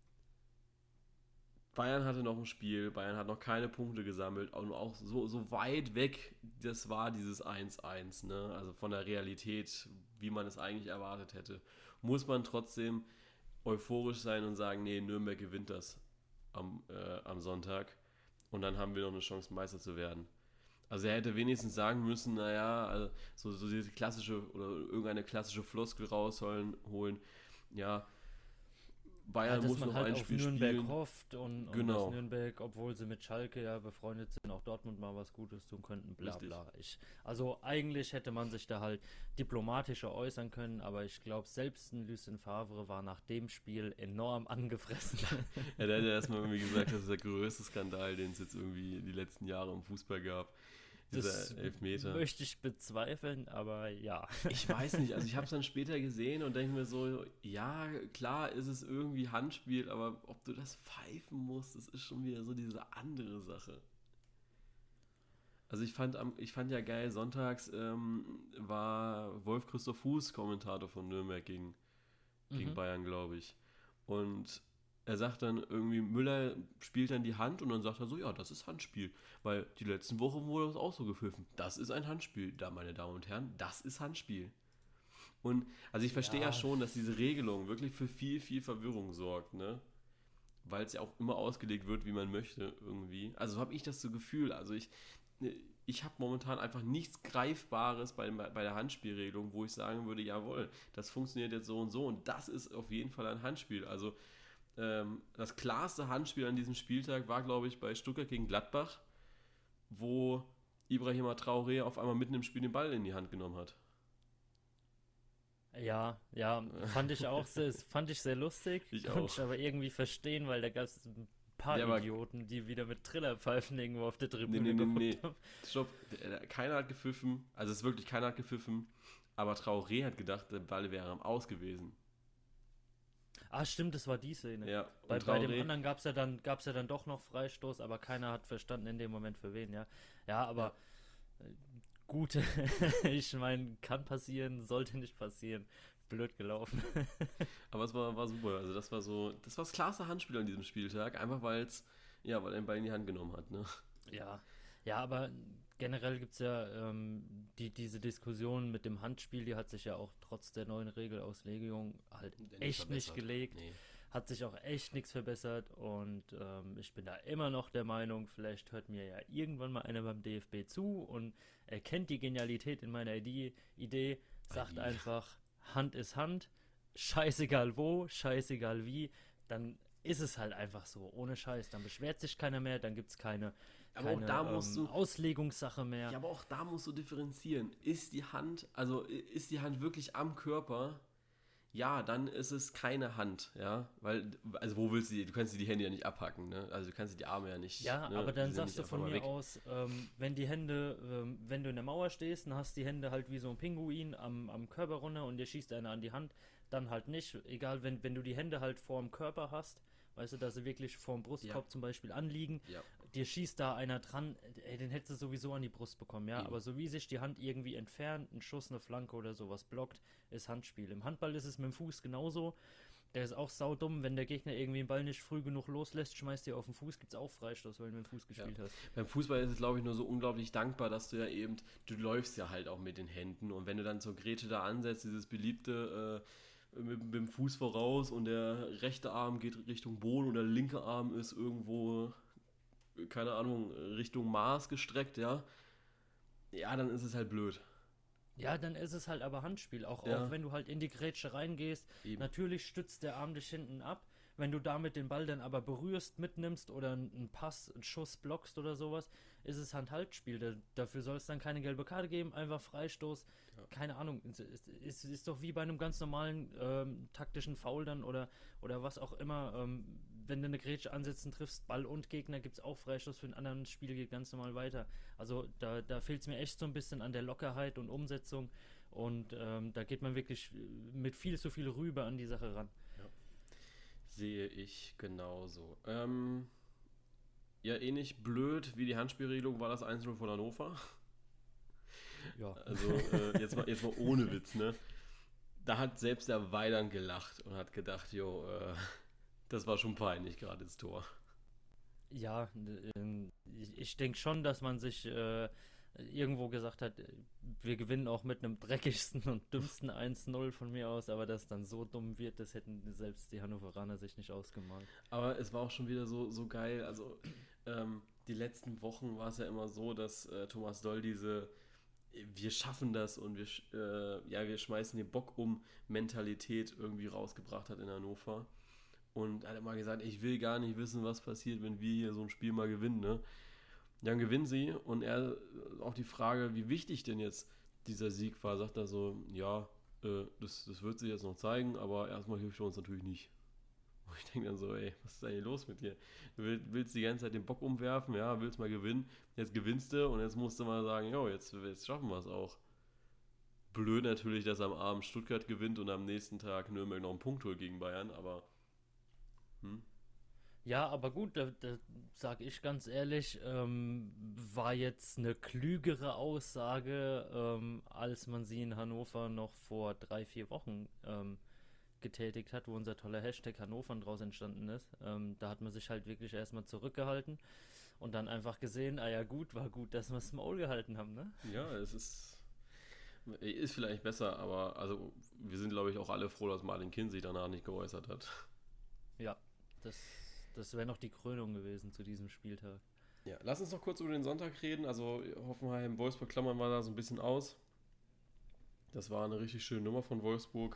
Bayern hatte noch ein Spiel, Bayern hat noch keine Punkte gesammelt, auch, auch so, so weit weg, das war dieses eins eins, ne? Also von der Realität, wie man es eigentlich erwartet hätte. Muss man trotzdem euphorisch sein und sagen, nee, Nürnberg gewinnt das am, äh, am Sonntag und dann haben wir noch eine Chance, Meister zu werden. Also er hätte wenigstens sagen müssen, naja, also so, so diese klassische oder irgendeine klassische Floskel rausholen, holen, ja, Ja, Bayern dass muss man noch halt ein auf Spiel Nürnberg spielen. hofft und, und dass Genau. Nürnberg, obwohl sie mit Schalke ja befreundet sind, auch Dortmund mal was Gutes tun könnten, bla Richtig. bla. Ich, also eigentlich hätte man sich da halt diplomatischer äußern können, aber ich glaube, selbst ein Lucien Favre war nach dem Spiel enorm angefressen. Ja, der hat ja erstmal irgendwie gesagt, das ist der größte Skandal, den es jetzt irgendwie die letzten Jahre im Fußball gab. Dieser Das Elfmeter. möchte ich bezweifeln, aber ja. Ich weiß nicht, also ich habe es dann später gesehen und denke mir so, ja, klar ist es irgendwie Handspiel, aber ob du das pfeifen musst, das ist schon wieder so diese andere Sache. Also ich fand, am- ich fand ja geil, sonntags ähm, war Wolf-Christoph Fuß Kommentator von Nürnberg gegen, gegen Mhm. Bayern, glaube ich. Und er sagt dann irgendwie, Müller spielt dann die Hand und dann sagt er so, ja, das ist Handspiel. Weil die letzten Wochen wurde das auch so gepfiffen. Das ist ein Handspiel. Da, meine Damen und Herren, das ist Handspiel. Und also ich verstehe ja Ja, schon, dass diese Regelung wirklich für viel, viel Verwirrung sorgt, ne? Weil es ja auch immer ausgelegt wird, wie man möchte, irgendwie. Also so habe ich das so Gefühl. Also ich, ich habe momentan einfach nichts Greifbares bei, bei der Handspielregelung, wo ich sagen würde, jawohl, das funktioniert jetzt so und so und das ist auf jeden Fall ein Handspiel. Also ähm, das klarste Handspiel an diesem Spieltag war, glaube ich, bei Stuttgart gegen Gladbach, wo Ibrahima Traoré auf einmal mitten im Spiel den Ball in die Hand genommen hat. ja, ja, fand ich auch sehr, fand ich sehr lustig, Ich konnte auch. ich aber irgendwie verstehen, weil da gab es ein paar Der war- Idioten, die wieder mit Trillerpfeifen irgendwo auf der Nee, Tribüne nee, nee, gehockt nee. haben. Stopp. Der- Keiner hat gepfiffen. Also es ist wirklich keiner hat gepfiffen. Aber Traoré hat gedacht, der Ball wäre am Aus gewesen. Ah, stimmt, das war die Szene. Ja, Bei, und bei dem Traoré, anderen gab es ja dann, gab's ja dann doch noch Freistoß, aber keiner hat verstanden in dem Moment für wen, ja. Ja, aber äh, gut, ich meine, kann passieren, sollte nicht passieren. Blöd gelaufen. aber es war, war super. Also das war so, das war das klarste Handspiel an diesem Spieltag, einfach weil es, ja, weil er den Ball in die Hand genommen hat, ne? Ja, ja, aber generell gibt es ja ähm, die, diese Diskussion mit dem Handspiel, die hat sich ja auch trotz der neuen Regelauslegung halt Nicht echt nicht verbessert. gelegt. Nee. Hat sich auch echt nichts verbessert und ähm, ich bin da immer noch der Meinung, vielleicht hört mir ja irgendwann mal einer beim D F B zu und erkennt die Genialität in meiner Idee, Idee sagt Idee. einfach, Hand ist Hand, scheißegal wo, scheißegal wie, dann ist es halt einfach so, ohne Scheiß. Dann beschwert sich keiner mehr, dann gibt es keine, Aber auch keine da musst ähm, du- Auslegungssache mehr. Ja, aber auch da musst du differenzieren. Ist die Hand, also ist die Hand wirklich am Körper? ja, dann ist es keine Hand, ja, weil, also wo willst du die, du kannst dir die Hände ja nicht abhacken, ne, also du kannst dir die Arme ja nicht, Ja, ne? aber Die dann sind ja sagst nicht du einfach von mal mir weg. aus, ähm, wenn die Hände, ähm, wenn du in der Mauer stehst, dann hast die Hände halt wie so ein Pinguin am, am Körper runter und dir schießt einer an die Hand, dann halt nicht. Egal, wenn, wenn du die Hände halt vorm Körper hast, weißt du, dass sie wirklich vorm Ja, Brustkorb zum Beispiel anliegen, ja, dir schießt da einer dran, ey, den hättest du sowieso an die Brust bekommen, ja. eben. Aber so wie sich die Hand irgendwie entfernt, ein Schuss, eine Flanke oder sowas blockt, ist Handspiel. Im Handball ist es mit dem Fuß genauso. Der ist auch saudumm, wenn der Gegner irgendwie den Ball nicht früh genug loslässt, schmeißt dir auf den Fuß, gibt's auch Freistoß, weil du mit dem Fuß Ja. gespielt hast. Beim Fußball ist es, glaube ich, nur so unglaublich dankbar, dass du ja eben, du läufst ja halt auch mit den Händen und wenn du dann zur Grätsche da ansetzt, dieses beliebte äh, mit, mit dem Fuß voraus und der rechte Arm geht Richtung Boden und der linke Arm ist irgendwo, keine Ahnung, Richtung Mars gestreckt, ja, ja, dann ist es halt blöd. Ja, dann ist es halt aber Handspiel. Auch, Ja, auch wenn du halt in die Grätsche reingehst, eben. natürlich stützt der Arm dich hinten ab. Wenn du damit den Ball dann aber berührst, mitnimmst oder einen Pass, einen Schuss blockst oder sowas, ist es Hand-Haltspiel. Da, dafür soll es dann keine gelbe Karte geben, einfach Freistoß. Ja. Keine Ahnung. Es ist, ist, ist doch wie bei einem ganz normalen ähm, taktischen Foul dann oder, oder was auch immer. Ähm, wenn du eine Grätsche ansetzen triffst, Ball und Gegner, gibt es auch Freistoß für ein anderes Spiel, geht ganz normal weiter. Also da, da fehlt es mir echt so ein bisschen an der Lockerheit und Umsetzung. Und ähm, da geht man wirklich mit viel zu viel rüber an die Sache ran. Ja. Sehe ich genauso. Ähm, ja, ähnlich blöd wie die Handspielregelung war das eins null von Hannover. Ja. Also äh, jetzt, mal, jetzt mal ohne Witz, ne? Da hat selbst der Weidand gelacht und hat gedacht, jo, äh, das war schon peinlich gerade das Tor. Ja, äh, ich, ich denke schon, dass man sich äh, irgendwo gesagt hat, äh, wir gewinnen auch mit einem dreckigsten und dümmsten eins null von mir aus, aber dass dann so dumm wird, das hätten selbst die Hannoveraner sich nicht ausgemalt. Aber es war auch schon wieder so, so geil. Also ähm, die letzten Wochen war es ja immer so, dass äh, Thomas Doll diese wir schaffen das und wir, sch- äh, ja, wir schmeißen den Bock um Mentalität irgendwie rausgebracht hat in Hannover. Und er hat immer gesagt, ich will gar nicht wissen, was passiert, wenn wir hier so ein Spiel mal gewinnen. Ne? Dann gewinnen sie und er auf die Frage, wie wichtig denn jetzt dieser Sieg war, sagt er so, ja, äh, das, das wird sich jetzt noch zeigen, aber erstmal hilft er uns natürlich nicht. Und ich denke dann so, ey, was ist eigentlich los mit dir? Du will- willst die ganze Zeit den Bock umwerfen, ja, willst mal gewinnen, jetzt gewinnst du und jetzt musst du mal sagen, jo, jetzt, jetzt schaffen wir es auch. Blöd natürlich, dass am Abend Stuttgart gewinnt und am nächsten Tag Nürnberg noch einen Punkt holt gegen Bayern, aber hm, Ja, aber gut, da, da sage ich ganz ehrlich, ähm, war jetzt eine klügere Aussage, ähm, als man sie in Hannover noch vor drei, vier Wochen ähm, getätigt hat, wo unser toller Hashtag Hannover draus entstanden ist. Ähm, da hat man sich halt wirklich erstmal zurückgehalten und dann einfach gesehen, ah ja gut, war gut, dass wir das Maul gehalten haben, ne? ja, es ist, ist vielleicht besser, aber also wir sind, glaube ich, auch alle froh, dass Martin Kind sich danach nicht geäußert hat. Ja, das, das wäre noch die Krönung gewesen zu diesem Spieltag. Ja, lass uns noch kurz über den Sonntag reden. Also Hoffenheim, Wolfsburg klammern wir da so ein bisschen aus. Das war eine richtig schöne Nummer von Wolfsburg.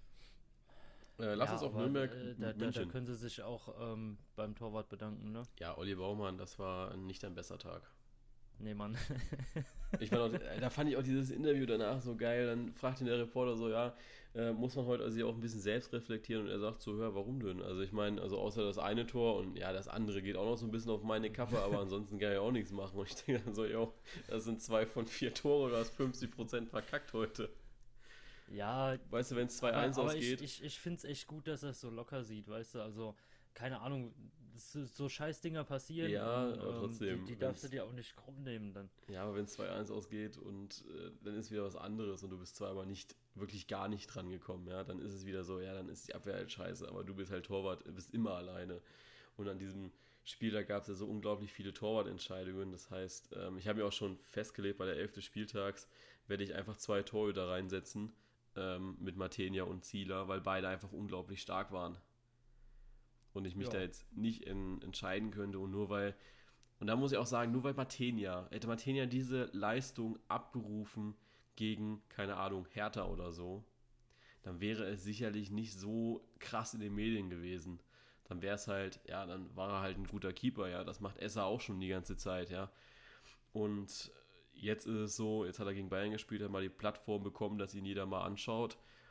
Äh, lass Ja, uns auf aber Nürnberg, äh, da, da, da München. können sie sich auch ähm, beim Torwart bedanken, ne? Ja, Olli Baumann, das war nicht dein bester Tag. Nee, Mann. Ich fand auch, äh, da fand ich auch dieses Interview danach so geil. Dann fragt ihn der Reporter so, ja, äh, muss man heute also sich auch ein bisschen selbst reflektieren? Und er sagt so, ja, warum denn? Also ich meine, also außer das eine Tor und ja, das andere geht auch noch so ein bisschen auf meine Kappe, aber ansonsten kann ich auch nichts machen. Und ich denke dann so, jo, das sind zwei von vier Tore, du hast fünfzig Prozent verkackt heute. Ja, Weißt du, wenn es zwei aber, eins aber ich, ausgeht, ich, ich finde es echt gut, dass er es so locker sieht, weißt du, also, keine Ahnung, so, so scheiß Dinger passieren ja, und aber ähm, trotzdem. die, die darfst du wenn's- dir auch nicht krumm nehmen dann. Ja, aber wenn es zwei eins ausgeht und äh, dann ist wieder was anderes und du bist zwar aber nicht, wirklich gar nicht dran gekommen, ja, dann ist es wieder so, ja, dann ist die Abwehr halt scheiße, aber du bist halt Torwart, bist immer alleine. Und an diesem Spiel, da gab es ja so unglaublich viele Torwartentscheidungen. Das heißt, ähm, ich habe mir auch schon festgelegt, bei der elf des Spieltags werde ich einfach zwei Torhüter reinsetzen, ähm, mit Matenia und Zieler, weil beide einfach unglaublich stark waren. Und ich mich Ja. da jetzt nicht in, entscheiden könnte und nur weil und da muss ich auch sagen, nur weil Matenia, hätte Matenia diese Leistung abgerufen gegen, keine Ahnung, Hertha oder so, dann wäre es sicherlich nicht so krass in den Medien gewesen. Dann wäre es halt, ja, dann war er halt ein guter Keeper, ja. Das macht Esser auch schon die ganze Zeit, ja. Und jetzt ist es so, jetzt hat er gegen Bayern gespielt, hat mal die Plattform bekommen, dass ihn jeder mal anschaut.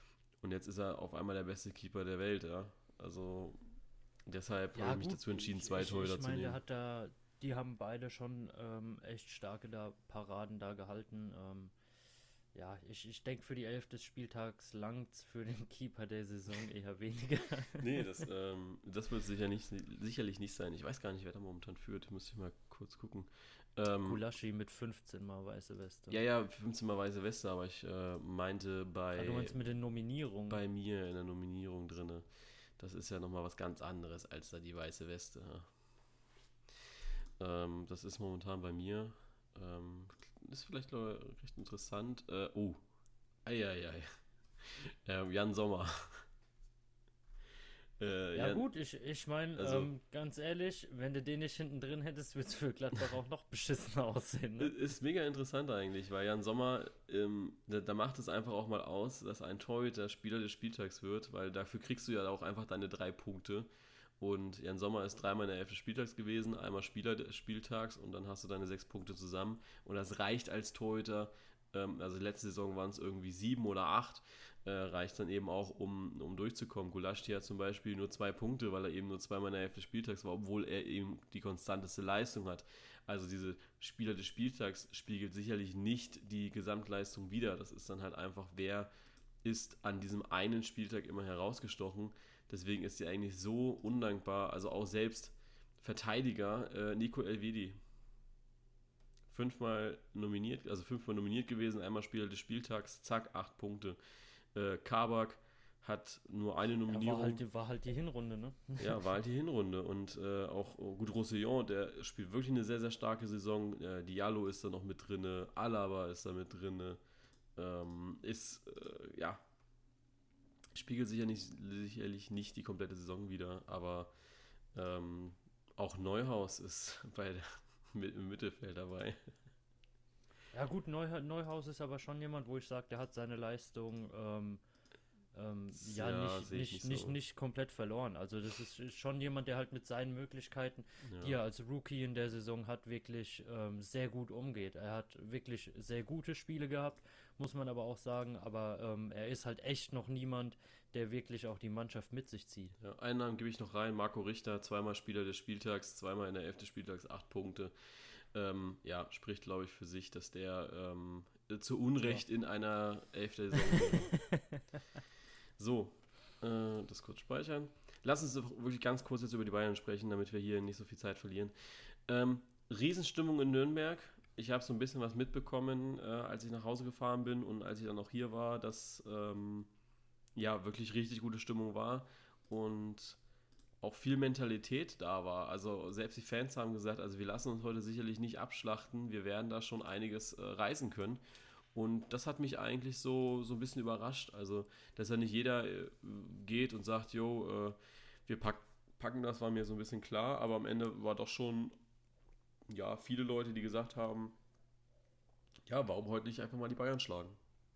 Und jetzt ist er auf einmal der beste Keeper der Welt, ja. Also deshalb Ja, habe ich mich gut, dazu entschieden, ich, zwei ich, Torhüter ich zu meine, der nehmen. hat da, die haben beide schon ähm, echt starke da Paraden da gehalten. Ähm, ja, ich, ich denke, für die Elf des Spieltags langt's, für den Keeper der Saison eher weniger. Nee, das, ähm, das wird sicher nicht, sicherlich nicht sein. Ich weiß gar nicht, wer da momentan führt. Müsste ich mal kurz gucken. Ähm, Gulaschi mit fünfzehn Mal weiße Weste. ja, ja, fünfzehn Mal weiße Weste, aber ich äh, meinte Ah, du bei, meinst mit den Nominierungen? bei mir in der Nominierung drinne. Das ist ja nochmal was ganz anderes als da die weiße Weste. Ja. Ähm, das ist momentan bei mir. Ähm, ist vielleicht noch recht interessant. Äh, oh, eieiei. Ähm, Jan Sommer. Äh, Ja Jan, gut, ich, ich meine, also ähm, ganz ehrlich, wenn du den nicht hinten drin hättest, würde es für Gladbach auch noch beschissener aussehen, ne? ist mega interessant eigentlich, weil Jan Sommer, ähm, da, da macht es einfach auch mal aus, dass ein Torhüter Spieler des Spieltags wird, weil dafür kriegst du ja auch einfach deine drei Punkte. Und Jan Sommer ist dreimal in der Elf des Spieltags gewesen, einmal Spieler des Spieltags und dann hast du deine sechs Punkte zusammen. Und das reicht als Torhüter, ähm, also letzte Saison waren es irgendwie sieben oder acht, äh, reicht dann eben auch, um, um durchzukommen. Gulaschi hat zum Beispiel nur zwei Punkte, weil er eben nur zweimal in der Elf des Spieltags war, obwohl er eben die konstanteste Leistung hat. Also diese Spieler des Spieltags spiegelt sicherlich nicht die Gesamtleistung wider. Das ist dann halt einfach, wer ist an diesem einen Spieltag immer herausgestochen. Deswegen ist sie eigentlich so undankbar. Also auch selbst Verteidiger äh, Nico Elvedi. Fünfmal nominiert, also fünfmal nominiert gewesen, einmal Spieler des Spieltags, zack, acht Punkte. Äh, Kabak hat nur eine Ja, war Nominierung. halt, die- war halt die Hinrunde, ne? Ja, war halt die Hinrunde. Und äh, auch oh, gut, Roussillon, der spielt wirklich eine sehr, sehr starke Saison. Äh, Diallo ist da noch mit drin, Alaba ist da mit drin. Ähm, ist, äh, ja, spiegelt sicher nicht, sicherlich nicht die komplette Saison wieder, aber ähm, auch Neuhaus ist bei der, mit, im Mittelfeld dabei. Ja gut, Neuha Neuhaus ist aber schon jemand, wo ich sage, der hat seine Leistung ähm, ähm, ja Ja, nicht, sehe ich nicht, nicht nicht, so. nicht komplett verloren. Also das ist, ist schon jemand, der halt mit seinen Möglichkeiten, die Ja, er als Rookie in der Saison hat, wirklich ähm, sehr gut umgeht. Er hat wirklich sehr gute Spiele gehabt, muss man aber auch sagen, aber ähm, er ist halt echt noch niemand, der wirklich auch die Mannschaft mit sich zieht. ja, einen Namen gebe ich noch rein, Marco Richter, zweimal Spieler des Spieltags, zweimal in der Elf des Spieltags, acht Punkte. Ähm, ja, spricht, glaube ich, für sich, dass der ähm, zu Ja. Unrecht in einer Elf der Saison wäre. So, äh, das kurz speichern. Lass uns doch wirklich ganz kurz jetzt über die Bayern sprechen, damit wir hier nicht so viel Zeit verlieren. Ähm, Riesenstimmung in Nürnberg. Ich habe so ein bisschen was mitbekommen, äh, als ich nach Hause gefahren bin und als ich dann auch hier war, dass ähm, ja wirklich richtig gute Stimmung war und auch viel Mentalität da war. Also selbst die Fans haben gesagt, also wir lassen uns heute sicherlich nicht abschlachten, wir werden da schon einiges äh, reißen können. Und das hat mich eigentlich so, so ein bisschen überrascht. Also, dass ja nicht jeder äh, geht und sagt, jo, äh, wir pack, packen das, war mir so ein bisschen klar. Aber am Ende war doch schon, ja, viele Leute, die gesagt haben, ja, warum heute nicht einfach mal die Bayern schlagen?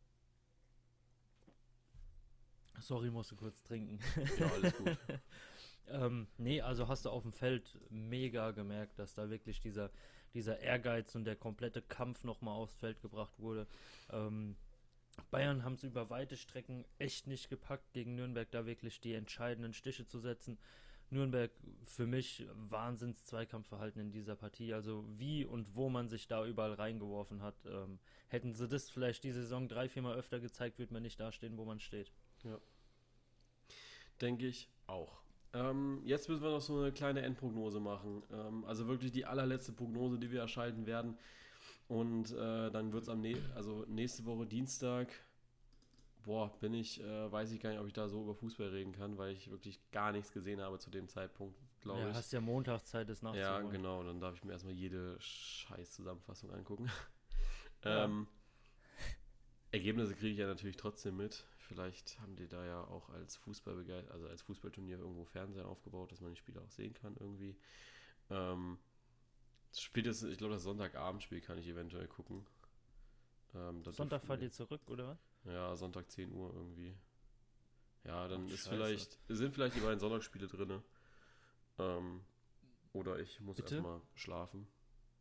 Sorry, musste kurz trinken. Ja, alles gut. Ähm, nee, also hast du auf dem Feld mega gemerkt, dass da wirklich dieser, dieser Ehrgeiz und der komplette Kampf nochmal aufs Feld gebracht wurde. Ähm, Bayern haben es über weite Strecken echt nicht gepackt, gegen Nürnberg da wirklich die entscheidenden Stiche zu setzen. Nürnberg für mich Wahnsinns Zweikampfverhalten in dieser Partie. Also wie und wo man sich da überall reingeworfen hat. Ähm, hätten sie das vielleicht die Saison drei, viermal öfter gezeigt, würde man nicht dastehen, wo man steht. Ja, denke ich auch. Ähm, jetzt müssen wir noch so eine kleine Endprognose machen. Ähm, also wirklich die allerletzte Prognose, die wir erschalten werden. Und äh, dann wird es am, ne also nächste Woche Dienstag, boah, bin ich, äh, weiß ich gar nicht, ob ich da so über Fußball reden kann, weil ich wirklich gar nichts gesehen habe zu dem Zeitpunkt, glaube Ja, ich. hast ja Montagszeit, das Ja, nachzuholen. genau, dann darf ich mir erstmal jede scheiß Zusammenfassung angucken. Ja. ähm, Ergebnisse kriege ich ja natürlich trotzdem mit. Vielleicht haben die da ja auch als Fußballbegeit also als Fußballturnier irgendwo Fernseher aufgebaut, dass man die Spiele auch sehen kann irgendwie. Ähm, spätestens, ich glaube, das Sonntagabendspiel kann ich eventuell gucken. Ähm, da Sonntag dürften fahrt wir, ihr zurück, oder was? ja, Sonntag zehn Uhr irgendwie. Ja, dann Ach, ist scheiße. vielleicht, sind vielleicht die beiden Sonntagsspiele drin. Ähm, oder ich muss Bitte? erstmal schlafen.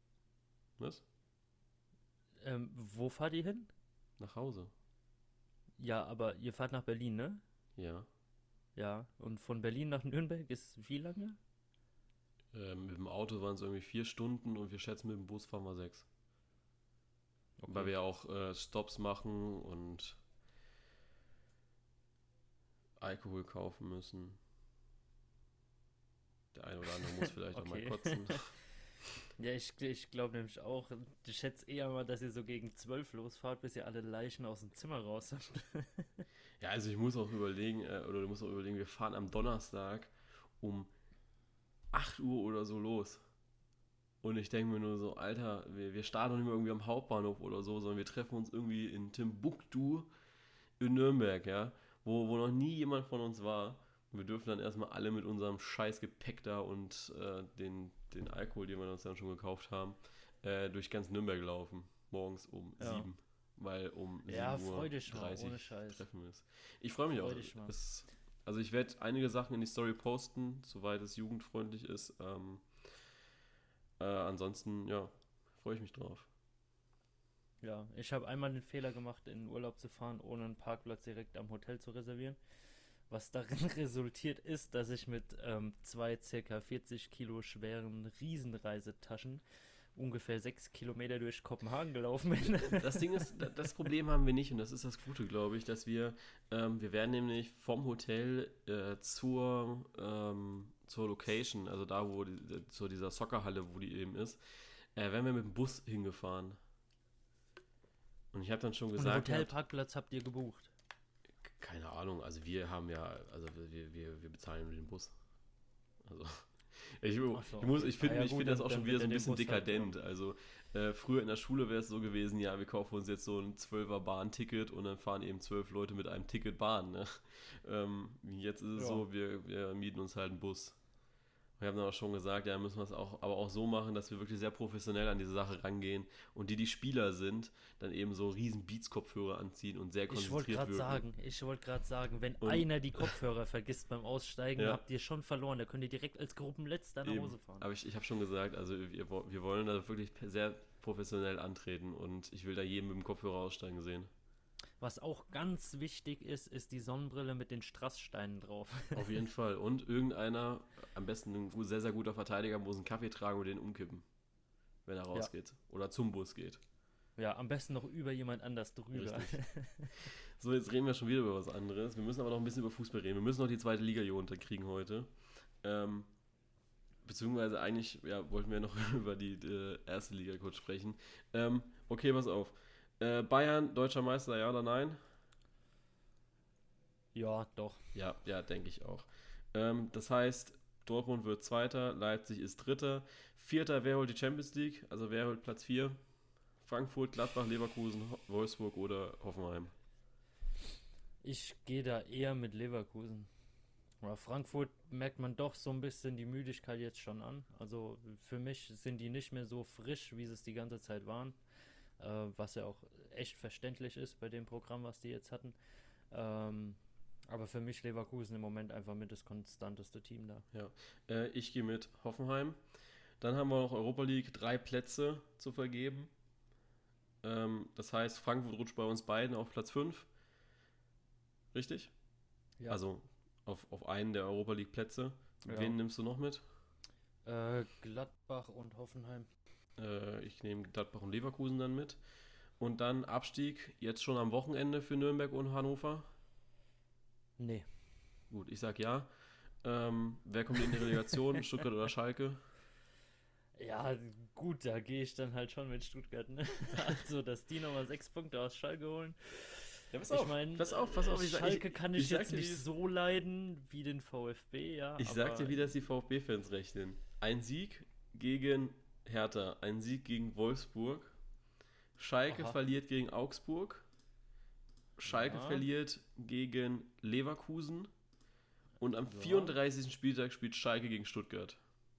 Was? Ähm, wo fahrt ihr hin? Nach Hause. Ja, aber ihr fahrt nach Berlin, ne? Ja. Ja. Und von Berlin nach Nürnberg ist wie lange? Ähm, mit dem Auto waren es irgendwie vier Stunden und wir schätzen, mit dem Bus fahren wir sechs. Weil wir Okay. ja auch äh, Stops machen und Alkohol kaufen müssen. Der eine oder andere muss vielleicht auch mal Okay. kotzen. Ja, ich, ich glaube nämlich auch, ich schätze eher mal, dass ihr so gegen zwölf losfahrt, bis ihr alle Leichen aus dem Zimmer raus habt. Ja, also ich muss auch überlegen, äh, oder du musst auch überlegen, wir fahren am Donnerstag um acht Uhr oder so los. Und ich denke mir nur so, Alter, wir, wir starten doch nicht mehr irgendwie am Hauptbahnhof oder so, sondern wir treffen uns irgendwie in Timbuktu in Nürnberg, ja, wo, wo noch nie jemand von uns war. Und wir dürfen dann erstmal alle mit unserem scheiß Gepäck da und äh, den, den Alkohol, den wir uns dann schon gekauft haben, äh, durch ganz Nürnberg laufen. Morgens um Ja. sieben, weil um Ja, sieben Uhr freu dich mal, ohne dreißig Scheiß. Treffen ist. Ich freue mich auch. Freu dich mal. Es, also ich werde einige Sachen in die Story posten, soweit es jugendfreundlich ist. Ähm, äh, ansonsten, ja, freue ich mich drauf. Ja, ich habe einmal den Fehler gemacht, in den Urlaub zu fahren, ohne einen Parkplatz direkt am Hotel zu reservieren. Was darin resultiert ist, dass ich mit ähm, zwei circa vierzig Kilo schweren Riesenreisetaschen ungefähr sechs Kilometer durch Kopenhagen gelaufen bin. Das Ding ist, das Problem haben wir nicht und das ist das Gute, glaube ich, dass wir, ähm, wir werden nämlich vom Hotel äh, zur, ähm, zur Location, also da, wo die, zu dieser Soccerhalle, wo die eben ist, äh, werden wir mit dem Bus hingefahren. Und ich habe dann schon Und einen gesagt, gehabt, Hotelparkplatz habt ihr gebucht. keine Ahnung, also wir haben ja, also wir, wir, wir bezahlen nur den Bus. Also ich, Ach so, ich muss, okay. ich Ah finde ja, ich gut, find das dann, auch schon dann wieder wird so er ein den bisschen Bus halt dekadent. genommen. Also äh, früher in der Schule wäre es so gewesen, ja, wir kaufen uns jetzt so ein zwölfer Bahn-Ticket und dann fahren eben zwölf Leute mit einem Ticket Bahn. Ne? Ähm, jetzt ist es Ja. so, wir, wir mieten uns halt einen Bus. Wir haben dann auch schon gesagt, ja, müssen wir es auch, aber auch so machen, dass wir wirklich sehr professionell an diese Sache rangehen und die, die Spieler sind, dann eben so riesen Beats-Kopfhörer anziehen und sehr Ich wollte konzentriert gerade wirken. sagen, ich wollte gerade sagen, wenn Und einer die Kopfhörer vergisst beim Aussteigen, ja, habt ihr schon verloren. Da könnt ihr direkt als Gruppenletzter nach eben. Hause fahren. Aber ich, ich habe schon gesagt, also wir, wo- wir wollen da wirklich sehr professionell antreten und ich will da jeden mit dem Kopfhörer aussteigen sehen. Was auch ganz wichtig ist, ist die Sonnenbrille mit den Strasssteinen drauf. Auf jeden Fall. Und irgendeiner, am besten ein gu- sehr, sehr guter Verteidiger, muss einen Kaffee tragen und den umkippen, wenn er Ja. rausgeht. Oder zum Bus geht. Ja, am besten noch über jemand anders drüber. Richtig. So, jetzt reden wir schon wieder über was anderes. Wir müssen aber noch ein bisschen über Fußball reden. Wir müssen noch die zweite Liga hier unterkriegen heute. Ähm, beziehungsweise eigentlich, ja, wollten wir noch über die äh, erste Liga kurz sprechen. Ähm, okay, pass auf. Äh, Bayern, deutscher Meister, ja oder nein? Ja, doch. Ja, ja, denke ich auch. Ähm, das heißt, Dortmund wird Zweiter, Leipzig ist Dritter. Vierter, wer holt die Champions League? Also wer holt Platz vier? Frankfurt, Gladbach, Leverkusen, Ho- Wolfsburg oder Hoffenheim? Ich gehe da eher mit Leverkusen. Aber Frankfurt merkt man doch so ein bisschen die Müdigkeit jetzt schon an. Also für mich sind die nicht mehr so frisch, wie sie es die ganze Zeit waren. Äh, was ja auch echt verständlich ist bei dem Programm, was die jetzt hatten. Ähm, aber für mich Leverkusen im Moment einfach mit das konstanteste Team da. Ja, äh, ich gehe mit Hoffenheim. Dann haben wir noch Europa League, drei Plätze zu vergeben. Ähm, das heißt, Frankfurt rutscht bei uns beiden auf Platz fünf. Richtig? Ja. Also auf, auf einen der Europa League Plätze. Ja. Wen nimmst du noch mit? Äh, Gladbach und Hoffenheim. Äh, ich nehme Gladbach und Leverkusen dann mit. Und dann Abstieg, jetzt schon am Wochenende für Nürnberg und Hannover. Nee. Gut, ich sag ja. Ähm, wer kommt in die Relegation? Stuttgart oder Schalke? Ja, gut, da gehe ich dann halt schon mit Stuttgart. Ne? Also, dass die nochmal sechs Punkte aus Schalke holen. Ja, pass Ich meine, pass auf, pass auf. Ich, sag- Schalke ich, kann ich, ich sag jetzt dir, nicht wie- so leiden wie den VfB, ja. Ich aber sag dir, wie das die VfB-Fans rechnen. Ein Sieg gegen Hertha, ein Sieg gegen Wolfsburg. Schalke Aha. verliert gegen Augsburg. Schalke Ja. verliert gegen Leverkusen. Und am Ja. vierunddreißigsten Spieltag spielt Schalke gegen Stuttgart.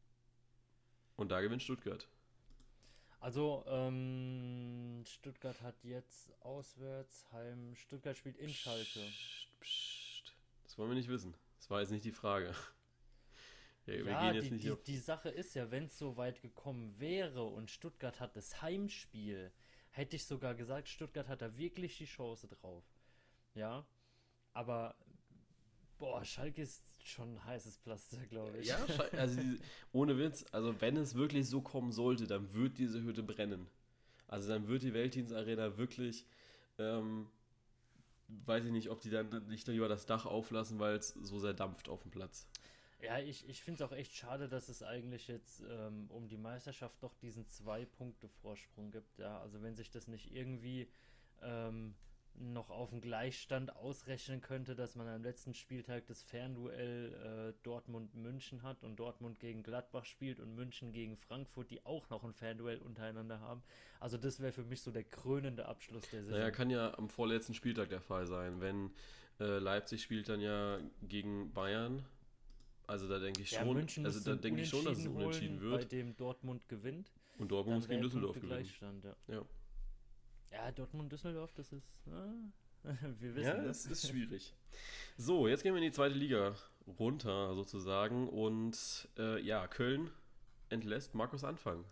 Und da gewinnt Stuttgart. Also, ähm, Stuttgart hat jetzt auswärts Heim. Stuttgart spielt in Schalke. Psst, psst. Das wollen wir nicht wissen. Das war jetzt nicht die Frage. Wir, wir Ja, gehen jetzt die, nicht die, auf. die Sache ist ja, wenn es so weit gekommen wäre und Stuttgart hat das Heimspiel, hätte ich sogar gesagt, Stuttgart hat da wirklich die Chance drauf. ja, aber boah, Schalke ist schon ein heißes Pflaster, glaube ich. Ja, Schal- also die, ohne Witz, also wenn es wirklich so kommen sollte, dann wird diese Hütte brennen. Also dann wird die Weltdienstarena wirklich, ähm, weiß ich nicht, ob die dann nicht lieber das Dach auflassen, weil es so sehr dampft auf dem Platz. Ja, ich, ich finde es auch echt schade, dass es eigentlich jetzt ähm, um die Meisterschaft doch diesen Zwei-Punkte-Vorsprung gibt. Ja, also wenn sich das nicht irgendwie ähm, noch auf einen Gleichstand ausrechnen könnte, dass man am letzten Spieltag das Fernduell äh, Dortmund-München hat und Dortmund gegen Gladbach spielt und München gegen Frankfurt, die auch noch ein Fernduell untereinander haben. Also das wäre für mich so der krönende Abschluss der Saison. Naja, kann ja am vorletzten Spieltag der Fall sein, wenn äh, Leipzig spielt dann ja gegen Bayern. Also da denke ich Ja, schon, München also müsste da ein denke ich schon, dass es Unentschieden unentschieden holen, bei wird. dem Dortmund gewinnt. Und Dortmund muss Dann gegen wäre Düsseldorf Punkte gewinnen. Gleichstand, ja. Ja, Ja, Dortmund-Düsseldorf, das ist. Ah, wir wissen ja, das. es ist schwierig. So, jetzt gehen wir in die zweite Liga runter sozusagen. Und äh, ja, Köln entlässt Markus Anfang.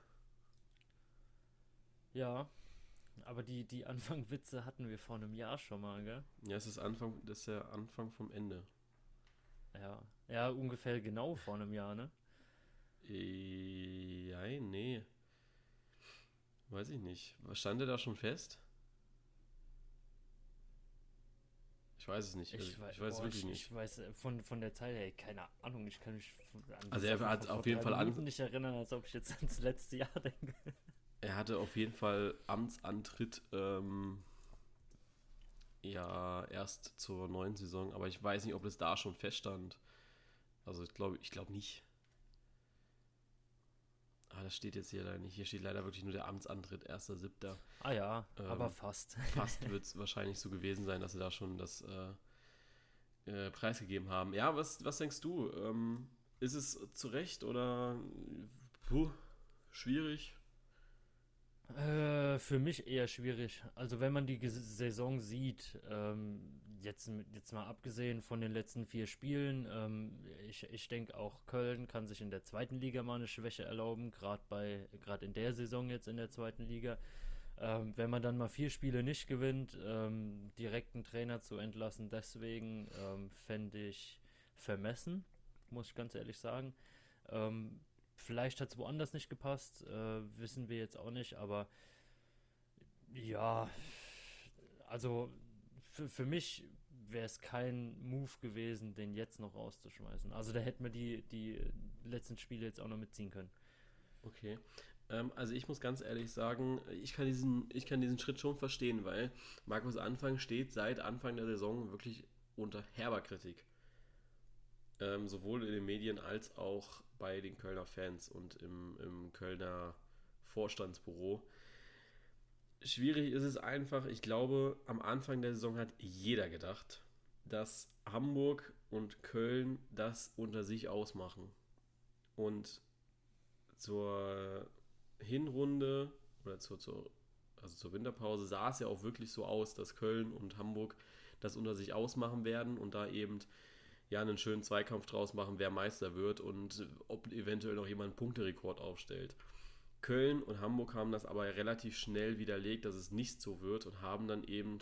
Ja, aber die, die Anfangwitze hatten wir vor einem Jahr schon mal, gell? Ja, es ist Anfang, das ist der Anfang vom Ende. Ja. Ja, ungefähr genau vor einem Jahr, ne? Äh, ja, nee, weiß ich nicht. Was stand der da schon fest? Ich weiß es nicht. Also, Ich, wei ich weiß es boah, wirklich ich, nicht. ich weiß äh, von, von der Zeit her, keine Ahnung, ich kann mich an die Also er Sachen hat von auf vor jeden drei Fall an, Minuten nicht erinnern, als ob ich jetzt ans letzte Jahr denke. er hatte auf jeden Fall Amtsantritt, ähm, ja, erst zur neuen Saison, aber ich weiß nicht, ob es da schon feststand. Also ich glaube, ich glaube nicht. Ah, das steht jetzt hier leider nicht. Hier steht leider wirklich nur der Amtsantritt, erster siebter Ah ja, Ähm, aber fast. Fast wird es wahrscheinlich so gewesen sein, dass sie da schon das äh, äh, preisgegeben haben. Ja, was, was denkst du? Ähm, ist es zu Recht oder puh, schwierig? Äh, für mich eher schwierig. Also wenn man die Ges- Saison sieht, ähm, jetzt, jetzt mal abgesehen von den letzten vier Spielen, ähm, ich, ich denke auch Köln kann sich in der zweiten Liga mal eine Schwäche erlauben, gerade bei, gerade in der Saison jetzt in der zweiten Liga. Ähm, wenn man dann mal vier Spiele nicht gewinnt, ähm, direkt einen Trainer zu entlassen, deswegen ähm, fände ich vermessen, muss ich ganz ehrlich sagen. Ähm, Vielleicht hat es woanders nicht gepasst, äh, wissen wir jetzt auch nicht, aber ja, also für, für mich wäre es kein Move gewesen, den jetzt noch rauszuschmeißen. Also da hätten wir die, die letzten Spiele jetzt auch noch mitziehen können. Okay. Ähm, also ich muss ganz ehrlich sagen, ich kann diesen, ich kann diesen Schritt schon verstehen, weil Markus Anfang steht seit Anfang der Saison wirklich unter herber Kritik. Ähm, sowohl in den Medien als auch bei den Kölner Fans und im, im Kölner Vorstandsbüro. Schwierig ist es einfach, ich glaube, am Anfang der Saison hat jeder gedacht, dass Hamburg und Köln das unter sich ausmachen. Und zur Hinrunde oder zur, zur, also zur Winterpause sah es ja auch wirklich so aus, dass Köln und Hamburg das unter sich ausmachen werden und da eben ja einen schönen Zweikampf draus machen, wer Meister wird und ob eventuell noch jemand einen Punkterekord aufstellt. Köln und Hamburg haben das aber relativ schnell widerlegt, dass es nicht so wird und haben dann eben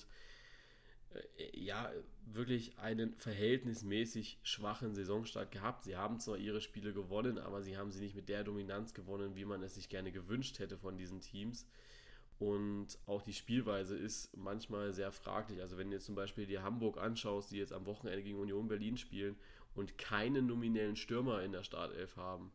äh, ja wirklich einen verhältnismäßig schwachen Saisonstart gehabt. Sie haben zwar ihre Spiele gewonnen, aber sie haben sie nicht mit der Dominanz gewonnen, wie man es sich gerne gewünscht hätte von diesen Teams. Und auch die Spielweise ist manchmal sehr fraglich. Also wenn du jetzt zum Beispiel dir Hamburg anschaust, die jetzt am Wochenende gegen Union Berlin spielen und keinen nominellen Stürmer in der Startelf haben,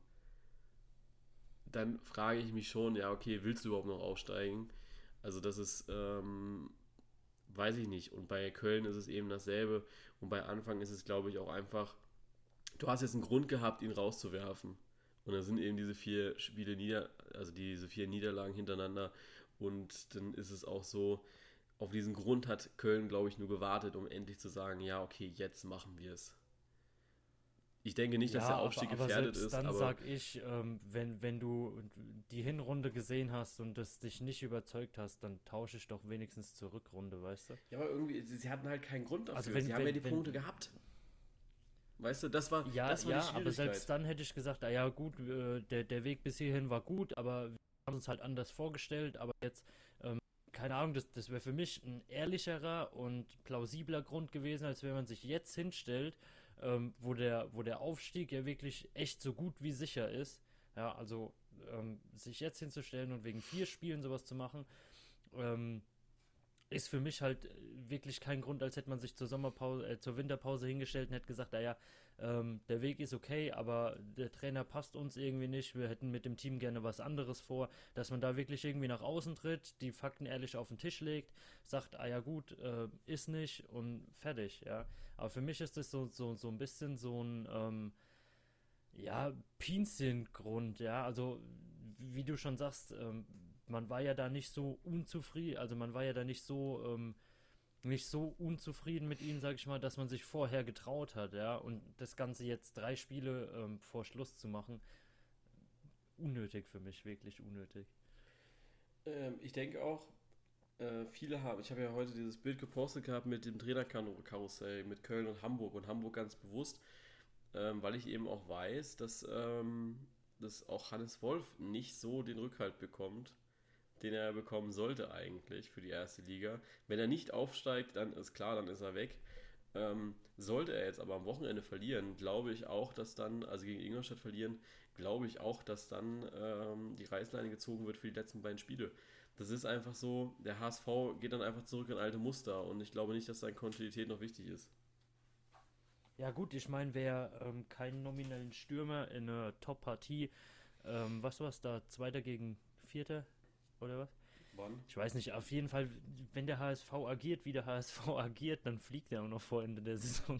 dann frage ich mich schon, ja okay, willst du überhaupt noch aufsteigen? Also das ist, ähm, weiß ich nicht. Und bei Köln ist es eben dasselbe. Und bei Anfang ist es, glaube ich, auch einfach, du hast jetzt einen Grund gehabt, ihn rauszuwerfen. Und dann sind eben diese vier Spiele nieder, also diese vier Niederlagen hintereinander. Und dann ist es auch so, auf diesen Grund hat Köln, glaube ich, nur gewartet, um endlich zu sagen, ja, okay, jetzt machen wir es. Ich denke nicht, dass Ja, der aber, Aufstieg aber gefährdet selbst ist, dann aber sag ich, ähm, wenn, wenn du die Hinrunde gesehen hast und das dich nicht überzeugt hast, dann tausche ich doch wenigstens zur Rückrunde, weißt du? ja, aber irgendwie, sie, sie hatten halt keinen Grund dafür. Also wenn, sie haben wenn, ja die wenn, Punkte gehabt. Weißt du, das war, Ja, das war die ja, aber Schwierigkeit. selbst dann hätte ich gesagt, ah ja gut, äh, der, der Weg bis hierhin war gut, aber wir haben uns halt anders vorgestellt, aber jetzt, ähm, keine Ahnung, das, das wäre für mich ein ehrlicherer und plausibler Grund gewesen, als wenn man sich jetzt hinstellt, ähm, wo der, wo der Aufstieg ja wirklich echt so gut wie sicher ist. Ja, also ähm, sich jetzt hinzustellen und wegen vier Spielen sowas zu machen, ähm, ist für mich halt wirklich kein Grund, als hätte man sich zur Sommerpause, äh, zur Winterpause hingestellt und hätte gesagt, naja, ähm, der Weg ist okay, aber der Trainer passt uns irgendwie nicht, wir hätten mit dem Team gerne was anderes vor, dass man da wirklich irgendwie nach außen tritt, die Fakten ehrlich auf den Tisch legt, sagt, ah ja gut, äh, ist nicht und fertig, ja. Aber für mich ist das so, so, so ein bisschen so ein, ähm, ja, Pinselgrund, ja, also wie du schon sagst, ähm, man war ja da nicht so unzufrieden, also man war ja da nicht so, ähm, nicht so unzufrieden mit ihm, sag ich mal, dass man sich vorher getraut hat, ja, und das Ganze jetzt drei Spiele ähm, vor Schluss zu machen, unnötig für mich, wirklich unnötig. Ähm, ich denke auch, äh, viele haben, ich habe ja heute dieses Bild gepostet gehabt mit dem Trainerkarussell mit Köln und Hamburg und Hamburg ganz bewusst, ähm, weil ich eben auch weiß, dass, ähm, dass auch Hannes Wolf nicht so den Rückhalt bekommt, den er bekommen sollte eigentlich für die erste Liga. Wenn er nicht aufsteigt, dann ist klar, dann ist er weg. Ähm, sollte er jetzt aber am Wochenende verlieren, glaube ich auch, dass dann, also gegen Ingolstadt verlieren, glaube ich auch, dass dann ähm, die Reißleine gezogen wird für die letzten beiden Spiele. Das ist einfach so, der H S V geht dann einfach zurück in alte Muster und ich glaube nicht, dass seine Kontinuität noch wichtig ist. Ja gut, ich meine, wer ähm, keinen nominellen Stürmer in einer Top-Partie, ähm, was war's da, Zweiter gegen Vierter oder was? Wann? Ich weiß nicht, auf jeden Fall, wenn der H S V agiert, wie der H S V agiert, dann fliegt er auch noch vor Ende der Saison.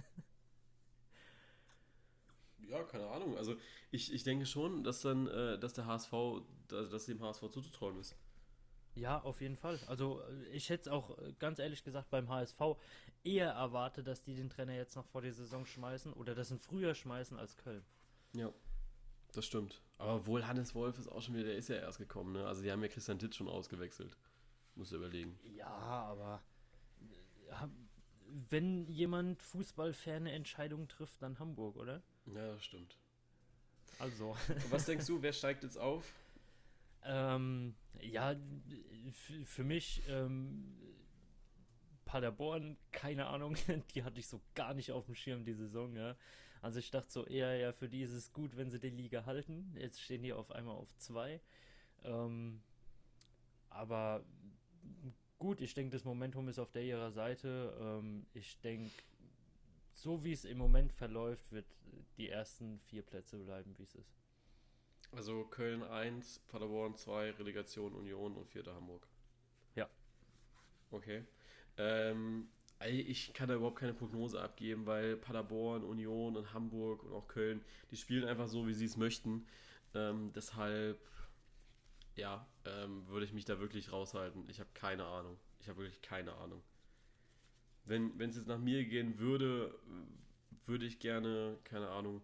Ja, keine Ahnung. Also ich, ich denke schon, dass dann, äh, dass der H S V, dass, dass dem H S V zuzutrauen ist. Ja, auf jeden Fall. Also äh, ich hätte es auch äh, ganz ehrlich gesagt beim H S V eher erwartet, dass die den Trainer jetzt noch vor die Saison schmeißen oder das ihn früher schmeißen als Köln. Ja, das stimmt. Aber wohl Hannes Wolf ist auch schon wieder, der ist ja erst gekommen, ne? Also die haben ja Christian Titz schon ausgewechselt. Muss überlegen. Ja, aber äh, ha- wenn jemand fußballferne Entscheidungen trifft, dann Hamburg, oder? Ja, das stimmt. Also, Und was denkst du, wer steigt jetzt auf? ähm, ja, f- für mich ähm, Paderborn, keine Ahnung, die hatte ich so gar nicht auf dem Schirm die Saison, ja. Also ich dachte so eher, ja, für die ist es gut, wenn sie die Liga halten. Jetzt stehen die auf einmal auf zwei. Ähm, aber gut, ich denke, das Momentum ist auf der ihrer Seite. Ähm, ich denke, so wie es im Moment verläuft, wird die ersten vier Plätze bleiben, wie es ist. Also Köln eins, Paderborn zwei, Relegation Union und vierter Hamburg. Ja. Okay. Ähm, ey, ich kann da überhaupt keine Prognose abgeben, weil Paderborn, Union und Hamburg und auch Köln, die spielen einfach so, wie sie es möchten. Ähm, deshalb, ja, ähm, würde ich mich da wirklich raushalten. Ich habe keine Ahnung. Ich habe wirklich keine Ahnung. Wenn wenn es jetzt nach mir gehen würde, würde ich gerne, keine Ahnung,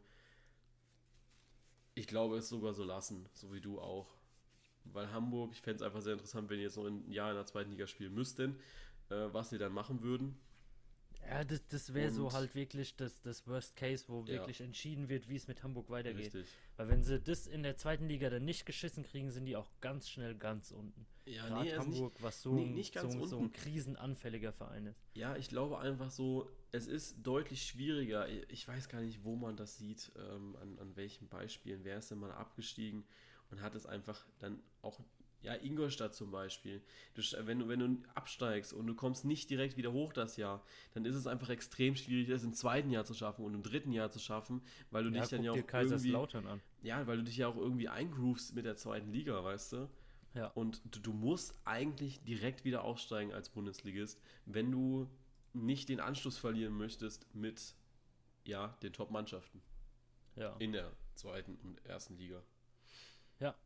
ich glaube es sogar so lassen, so wie du auch. Weil Hamburg, ich fände es einfach sehr interessant, wenn die jetzt noch ein Jahr in der zweiten Liga spielen müssten, äh, was sie dann machen würden. Ja, das, das wäre so Und halt wirklich das, das Worst Case, wo ja, wirklich entschieden wird, wie es mit Hamburg weitergeht. richtig. Weil wenn sie das in der zweiten Liga dann nicht geschissen kriegen, sind die auch ganz schnell ganz unten. Ja, Gerade nee, also nicht, Hamburg, was so, nee, ein, nicht so, ganz so unten. ein krisenanfälliger Verein ist. Ja, ich glaube einfach so, es ist deutlich schwieriger. Ich weiß gar nicht, wo man das sieht, ähm, an, an welchen Beispielen. Wer ist denn mal abgestiegen und hat es einfach dann auch, ja, Ingolstadt zum Beispiel. Du, sch- wenn, du, wenn du absteigst und du kommst nicht direkt wieder hoch das Jahr, dann ist es einfach extrem schwierig, das im zweiten Jahr zu schaffen und im dritten Jahr zu schaffen, weil du Ja, dich dann guck ja dir auch irgendwie, Kaiserslautern an. ja, weil du dich ja auch irgendwie eingroovst mit der zweiten Liga, weißt du? Ja, Und du, du musst eigentlich direkt wieder aufsteigen als Bundesligist, wenn du nicht den Anschluss verlieren möchtest mit, ja, den Top-Mannschaften ja, in der zweiten und ersten Liga. ja.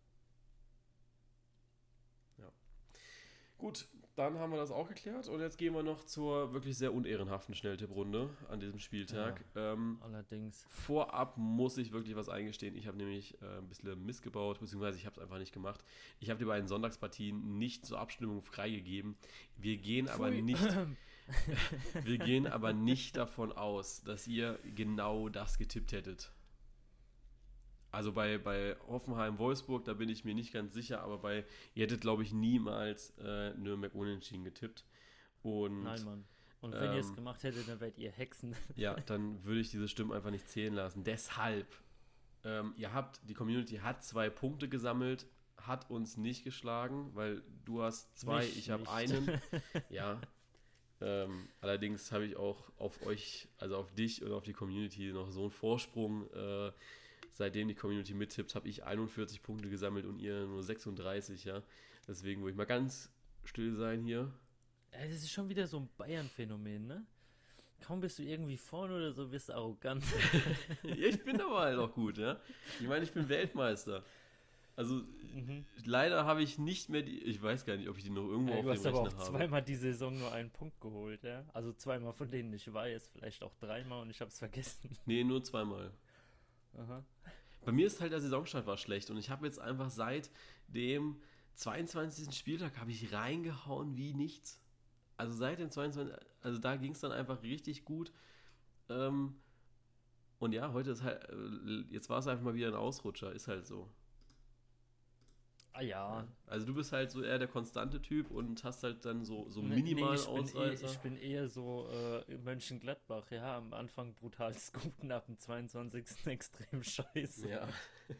Ja. Gut, dann haben wir das auch geklärt und jetzt gehen wir noch zur wirklich sehr unehrenhaften Schnelltipprunde an diesem Spieltag. Ähm, Allerdings. Vorab muss ich wirklich was eingestehen. Ich habe nämlich äh, ein bisschen Mist gebaut, beziehungsweise ich habe es einfach nicht gemacht. Ich habe die beiden Sonntagspartien nicht zur Abstimmung freigegeben. Wir gehen aber Pfui. nicht, wir gehen aber nicht davon aus, dass ihr genau das getippt hättet. Also bei, bei Hoffenheim-Wolfsburg, da bin ich mir nicht ganz sicher, aber bei, ihr hättet, glaube ich, niemals äh, Nürnberg unentschieden getippt. Und Nein, Mann. Und wenn ähm, ihr es gemacht hättet, dann wärt ihr Hexen. ja, dann würde ich diese Stimmen einfach nicht zählen lassen. Deshalb, ähm, ihr habt, die Community hat zwei Punkte gesammelt, hat uns nicht geschlagen, weil du hast zwei, Mich ich habe nicht. einen. Ja. Ähm, allerdings habe ich auch auf euch, also auf dich und auf die Community noch so einen Vorsprung. Äh, seitdem die Community mittippt, habe ich einundvierzig Punkte gesammelt und ihr nur sechsunddreißig, ja. Deswegen muss ich mal ganz still sein hier. Ja, das ist schon wieder so ein Bayern-Phänomen, ne? Kaum bist du irgendwie vorne oder so, wirst du arrogant. Ja, ich bin aber halt auch gut, ja. Ich meine, ich bin Weltmeister. Also, Mhm. leider habe ich nicht mehr die, ich weiß gar nicht, ob ich die noch irgendwo Ja, auf du dem hast aber Rechner auch habe. zweimal die Saison nur einen Punkt geholt, ja? Also zweimal, von denen ich weiß, vielleicht auch dreimal und ich habe es vergessen. Nee, nur zweimal. Aha. Bei mir ist halt der Saisonstart war schlecht und ich habe jetzt einfach seit dem zweiundzwanzigsten Spieltag habe ich reingehauen wie nichts. Also seit dem zweiundzwanzigsten Also da ging es dann einfach richtig gut. Ähm, und ja, heute ist halt, äh, jetzt war es einfach mal wieder ein Ausrutscher, ist halt so. Ah ja. Also du bist halt so eher der konstante Typ und hast halt dann so, so Nee, minimal nee, ich, bin eh, Ausreißer. ich bin eher so äh, in Mönchengladbach, ja, am Anfang brutal gut und ab dem zweiundzwanzigsten extrem scheiße. Ja.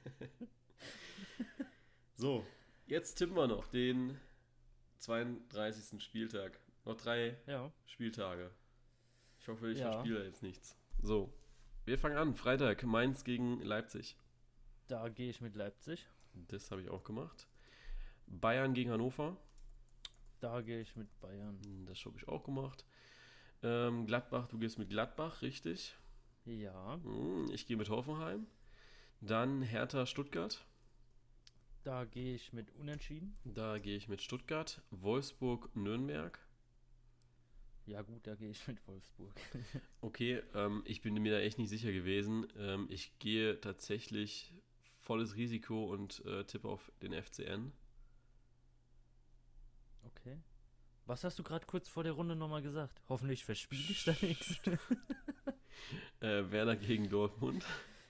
So, jetzt tippen wir noch den zweiunddreißigsten Spieltag. Noch drei Ja, Spieltage. Ich hoffe, ich Ja. verspiele jetzt nichts. So, wir fangen an. Freitag, Mainz gegen Leipzig. da gehe ich mit Leipzig. Das habe ich auch gemacht. Bayern gegen Hannover. Da gehe ich mit Bayern. Das habe ich auch gemacht. Ähm, Gladbach, du gehst mit Gladbach, richtig. Ja, Hm, Ich gehe mit Hoffenheim. Dann Hertha Stuttgart. da gehe ich mit Unentschieden. Da gehe ich mit Stuttgart. Wolfsburg Nürnberg. Ja gut, da gehe ich mit Wolfsburg. Okay, ähm, ich bin mir da echt nicht sicher gewesen. Ähm, ich gehe tatsächlich volles Risiko und äh, tippe auf den F C N. Okay. Was hast du gerade kurz vor der Runde nochmal gesagt? Hoffentlich verspiele ich da nichts. Äh, Werder gegen Dortmund.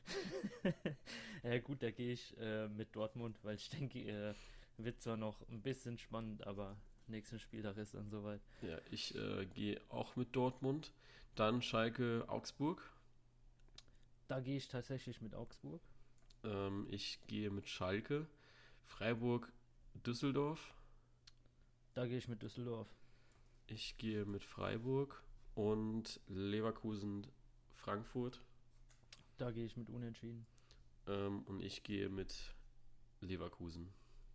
Ja gut, da gehe ich äh, mit Dortmund, weil ich denke, äh, wird zwar noch ein bisschen spannend, aber nächsten Spieltag ist dann soweit. Ja, ich äh, gehe auch mit Dortmund. Dann Schalke Augsburg. Da gehe ich tatsächlich mit Augsburg. Ähm, ich gehe mit Schalke. Freiburg Düsseldorf. Da gehe ich mit Düsseldorf. Ich gehe mit Freiburg. Und Leverkusen Frankfurt. Da gehe ich mit Unentschieden. Ähm, und ich gehe mit Leverkusen.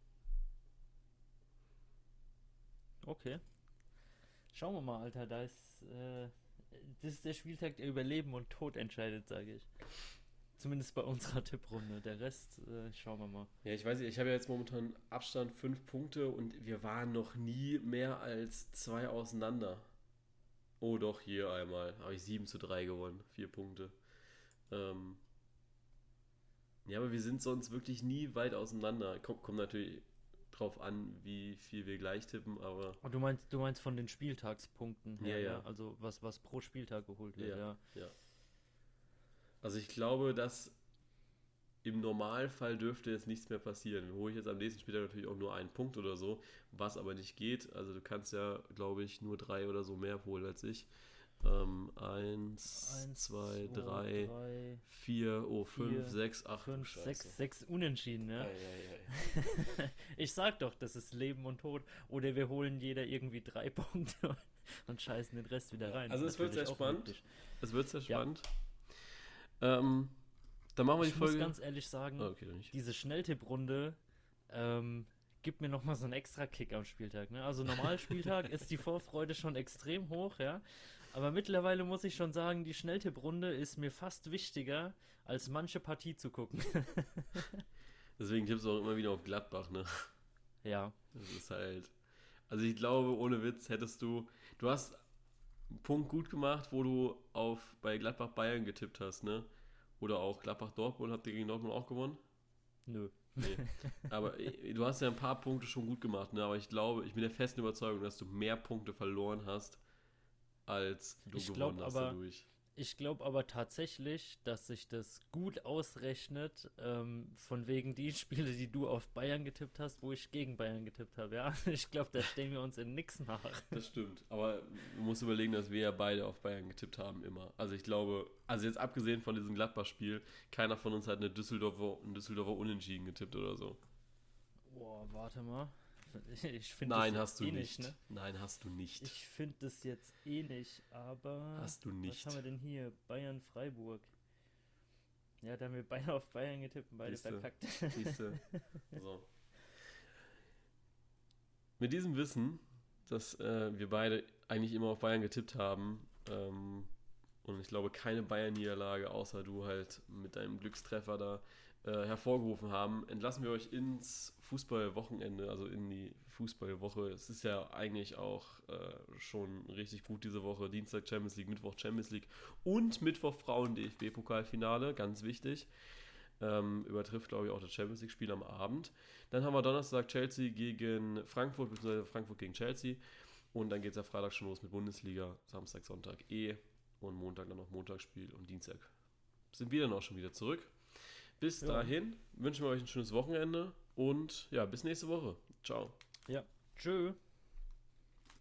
Okay. Schauen wir mal, Alter. Da ist, äh, das ist der Spieltag, der über Leben und Tod entscheidet, sage ich. Zumindest bei unserer Tipprunde. Der Rest, äh, schauen wir mal. Ja, ich weiß nicht, ich habe ja jetzt momentan Abstand fünf Punkte und wir waren noch nie mehr als zwei auseinander. Oh doch, hier einmal. Habe ich sieben zu drei gewonnen. Vier Punkte. Ähm ja, aber wir sind sonst wirklich nie weit auseinander. Kommt, kommt natürlich drauf an, wie viel wir gleich tippen, aber Und du meinst, du meinst von den Spieltagspunkten her, Ja, ja. Also was, was pro Spieltag geholt wird, Ja. ja. also ich glaube, dass im Normalfall dürfte jetzt nichts mehr passieren. Dann hole ich jetzt am nächsten Spieltag natürlich auch nur einen Punkt oder so, was aber nicht geht. Also du kannst ja, glaube ich, nur drei oder so mehr holen als ich. Ähm, eins, Eins, zwei, zwei, drei, drei, vier, oh, fünf, vier, sechs, acht, fünf, Scheiße. sechs, sechs Unentschieden, ne? Ei, ei, ei. Ich sag doch, das ist Leben und Tod. Oder wir holen jeder irgendwie drei Punkte und scheißen den Rest wieder rein. Also Das es wird natürlich sehr auch spannend. möglich. Es wird sehr Ja. spannend. Ähm, dann machen wir Ich die muss Folge. ganz ehrlich sagen, Oh, okay, dann nicht. diese Schnelltipprunde ähm, gibt mir nochmal so einen extra Kick am Spieltag. Ne? Also Normalspieltag ist die Vorfreude schon extrem hoch, ja. Aber mittlerweile muss ich schon sagen, die Schnelltipprunde ist mir fast wichtiger, als manche Partie zu gucken. Deswegen tippst du auch immer wieder auf Gladbach, ne? Ja. Das ist halt. Also ich glaube, ohne Witz hättest du. Du hast einen Punkt gut gemacht, wo du auf bei Gladbach Bayern getippt hast, ne? Oder auch Gladbach Dortmund, habt ihr gegen Dortmund auch gewonnen? Nö. Nee. Aber äh, du hast ja ein paar Punkte schon gut gemacht, ne? Aber ich glaube, ich bin der festen Überzeugung, dass du mehr Punkte verloren hast, als du Ich gewonnen glaub hast aber- dadurch. Ich glaube aber tatsächlich, dass sich das gut ausrechnet, ähm, von wegen die Spiele, die du auf Bayern getippt hast, wo ich gegen Bayern getippt habe. Ja, ich glaube, da stehen wir uns in nix nach. Das stimmt. Aber man muss überlegen, dass wir ja beide auf Bayern getippt haben, immer. Also ich glaube, also jetzt abgesehen von diesem Gladbach-Spiel, keiner von uns hat eine Düsseldorfer, einen Düsseldorfer Unentschieden getippt oder so. Boah, warte mal. Ich finde Nein, das hast du eh nicht. nicht, ne? Nein, hast du nicht. Ich finde das jetzt eh nicht, aber. Hast du nicht. Was haben wir denn hier? Bayern-Freiburg. Ja, da haben wir beide auf Bayern getippt und beide Siehste. verkackt. Siehste. So. Mit diesem Wissen, dass äh, wir beide eigentlich immer auf Bayern getippt haben, ähm, und ich glaube, keine Bayern-Niederlage, außer du halt mit deinem Glückstreffer da äh, hervorgerufen haben, entlassen wir euch ins Fußballwochenende, also in die Fußballwoche. Es ist ja eigentlich auch äh, schon richtig gut diese Woche. Dienstag Champions League, Mittwoch Champions League und Mittwoch Frauen-D F B-Pokalfinale, ganz wichtig. Ähm, übertrifft, glaube ich, auch das Champions League-Spiel am Abend. Dann haben wir Donnerstag Chelsea gegen Frankfurt, beziehungsweise Frankfurt gegen Chelsea. Und dann geht es ja Freitag schon los mit Bundesliga, Samstag, Sonntag eh. Und Montag dann noch Montagsspiel und Dienstag sind wir dann auch schon wieder zurück. Bis Ja. dahin wünschen wir euch ein schönes Wochenende und ja, bis nächste Woche. Ciao. Ja, tschö.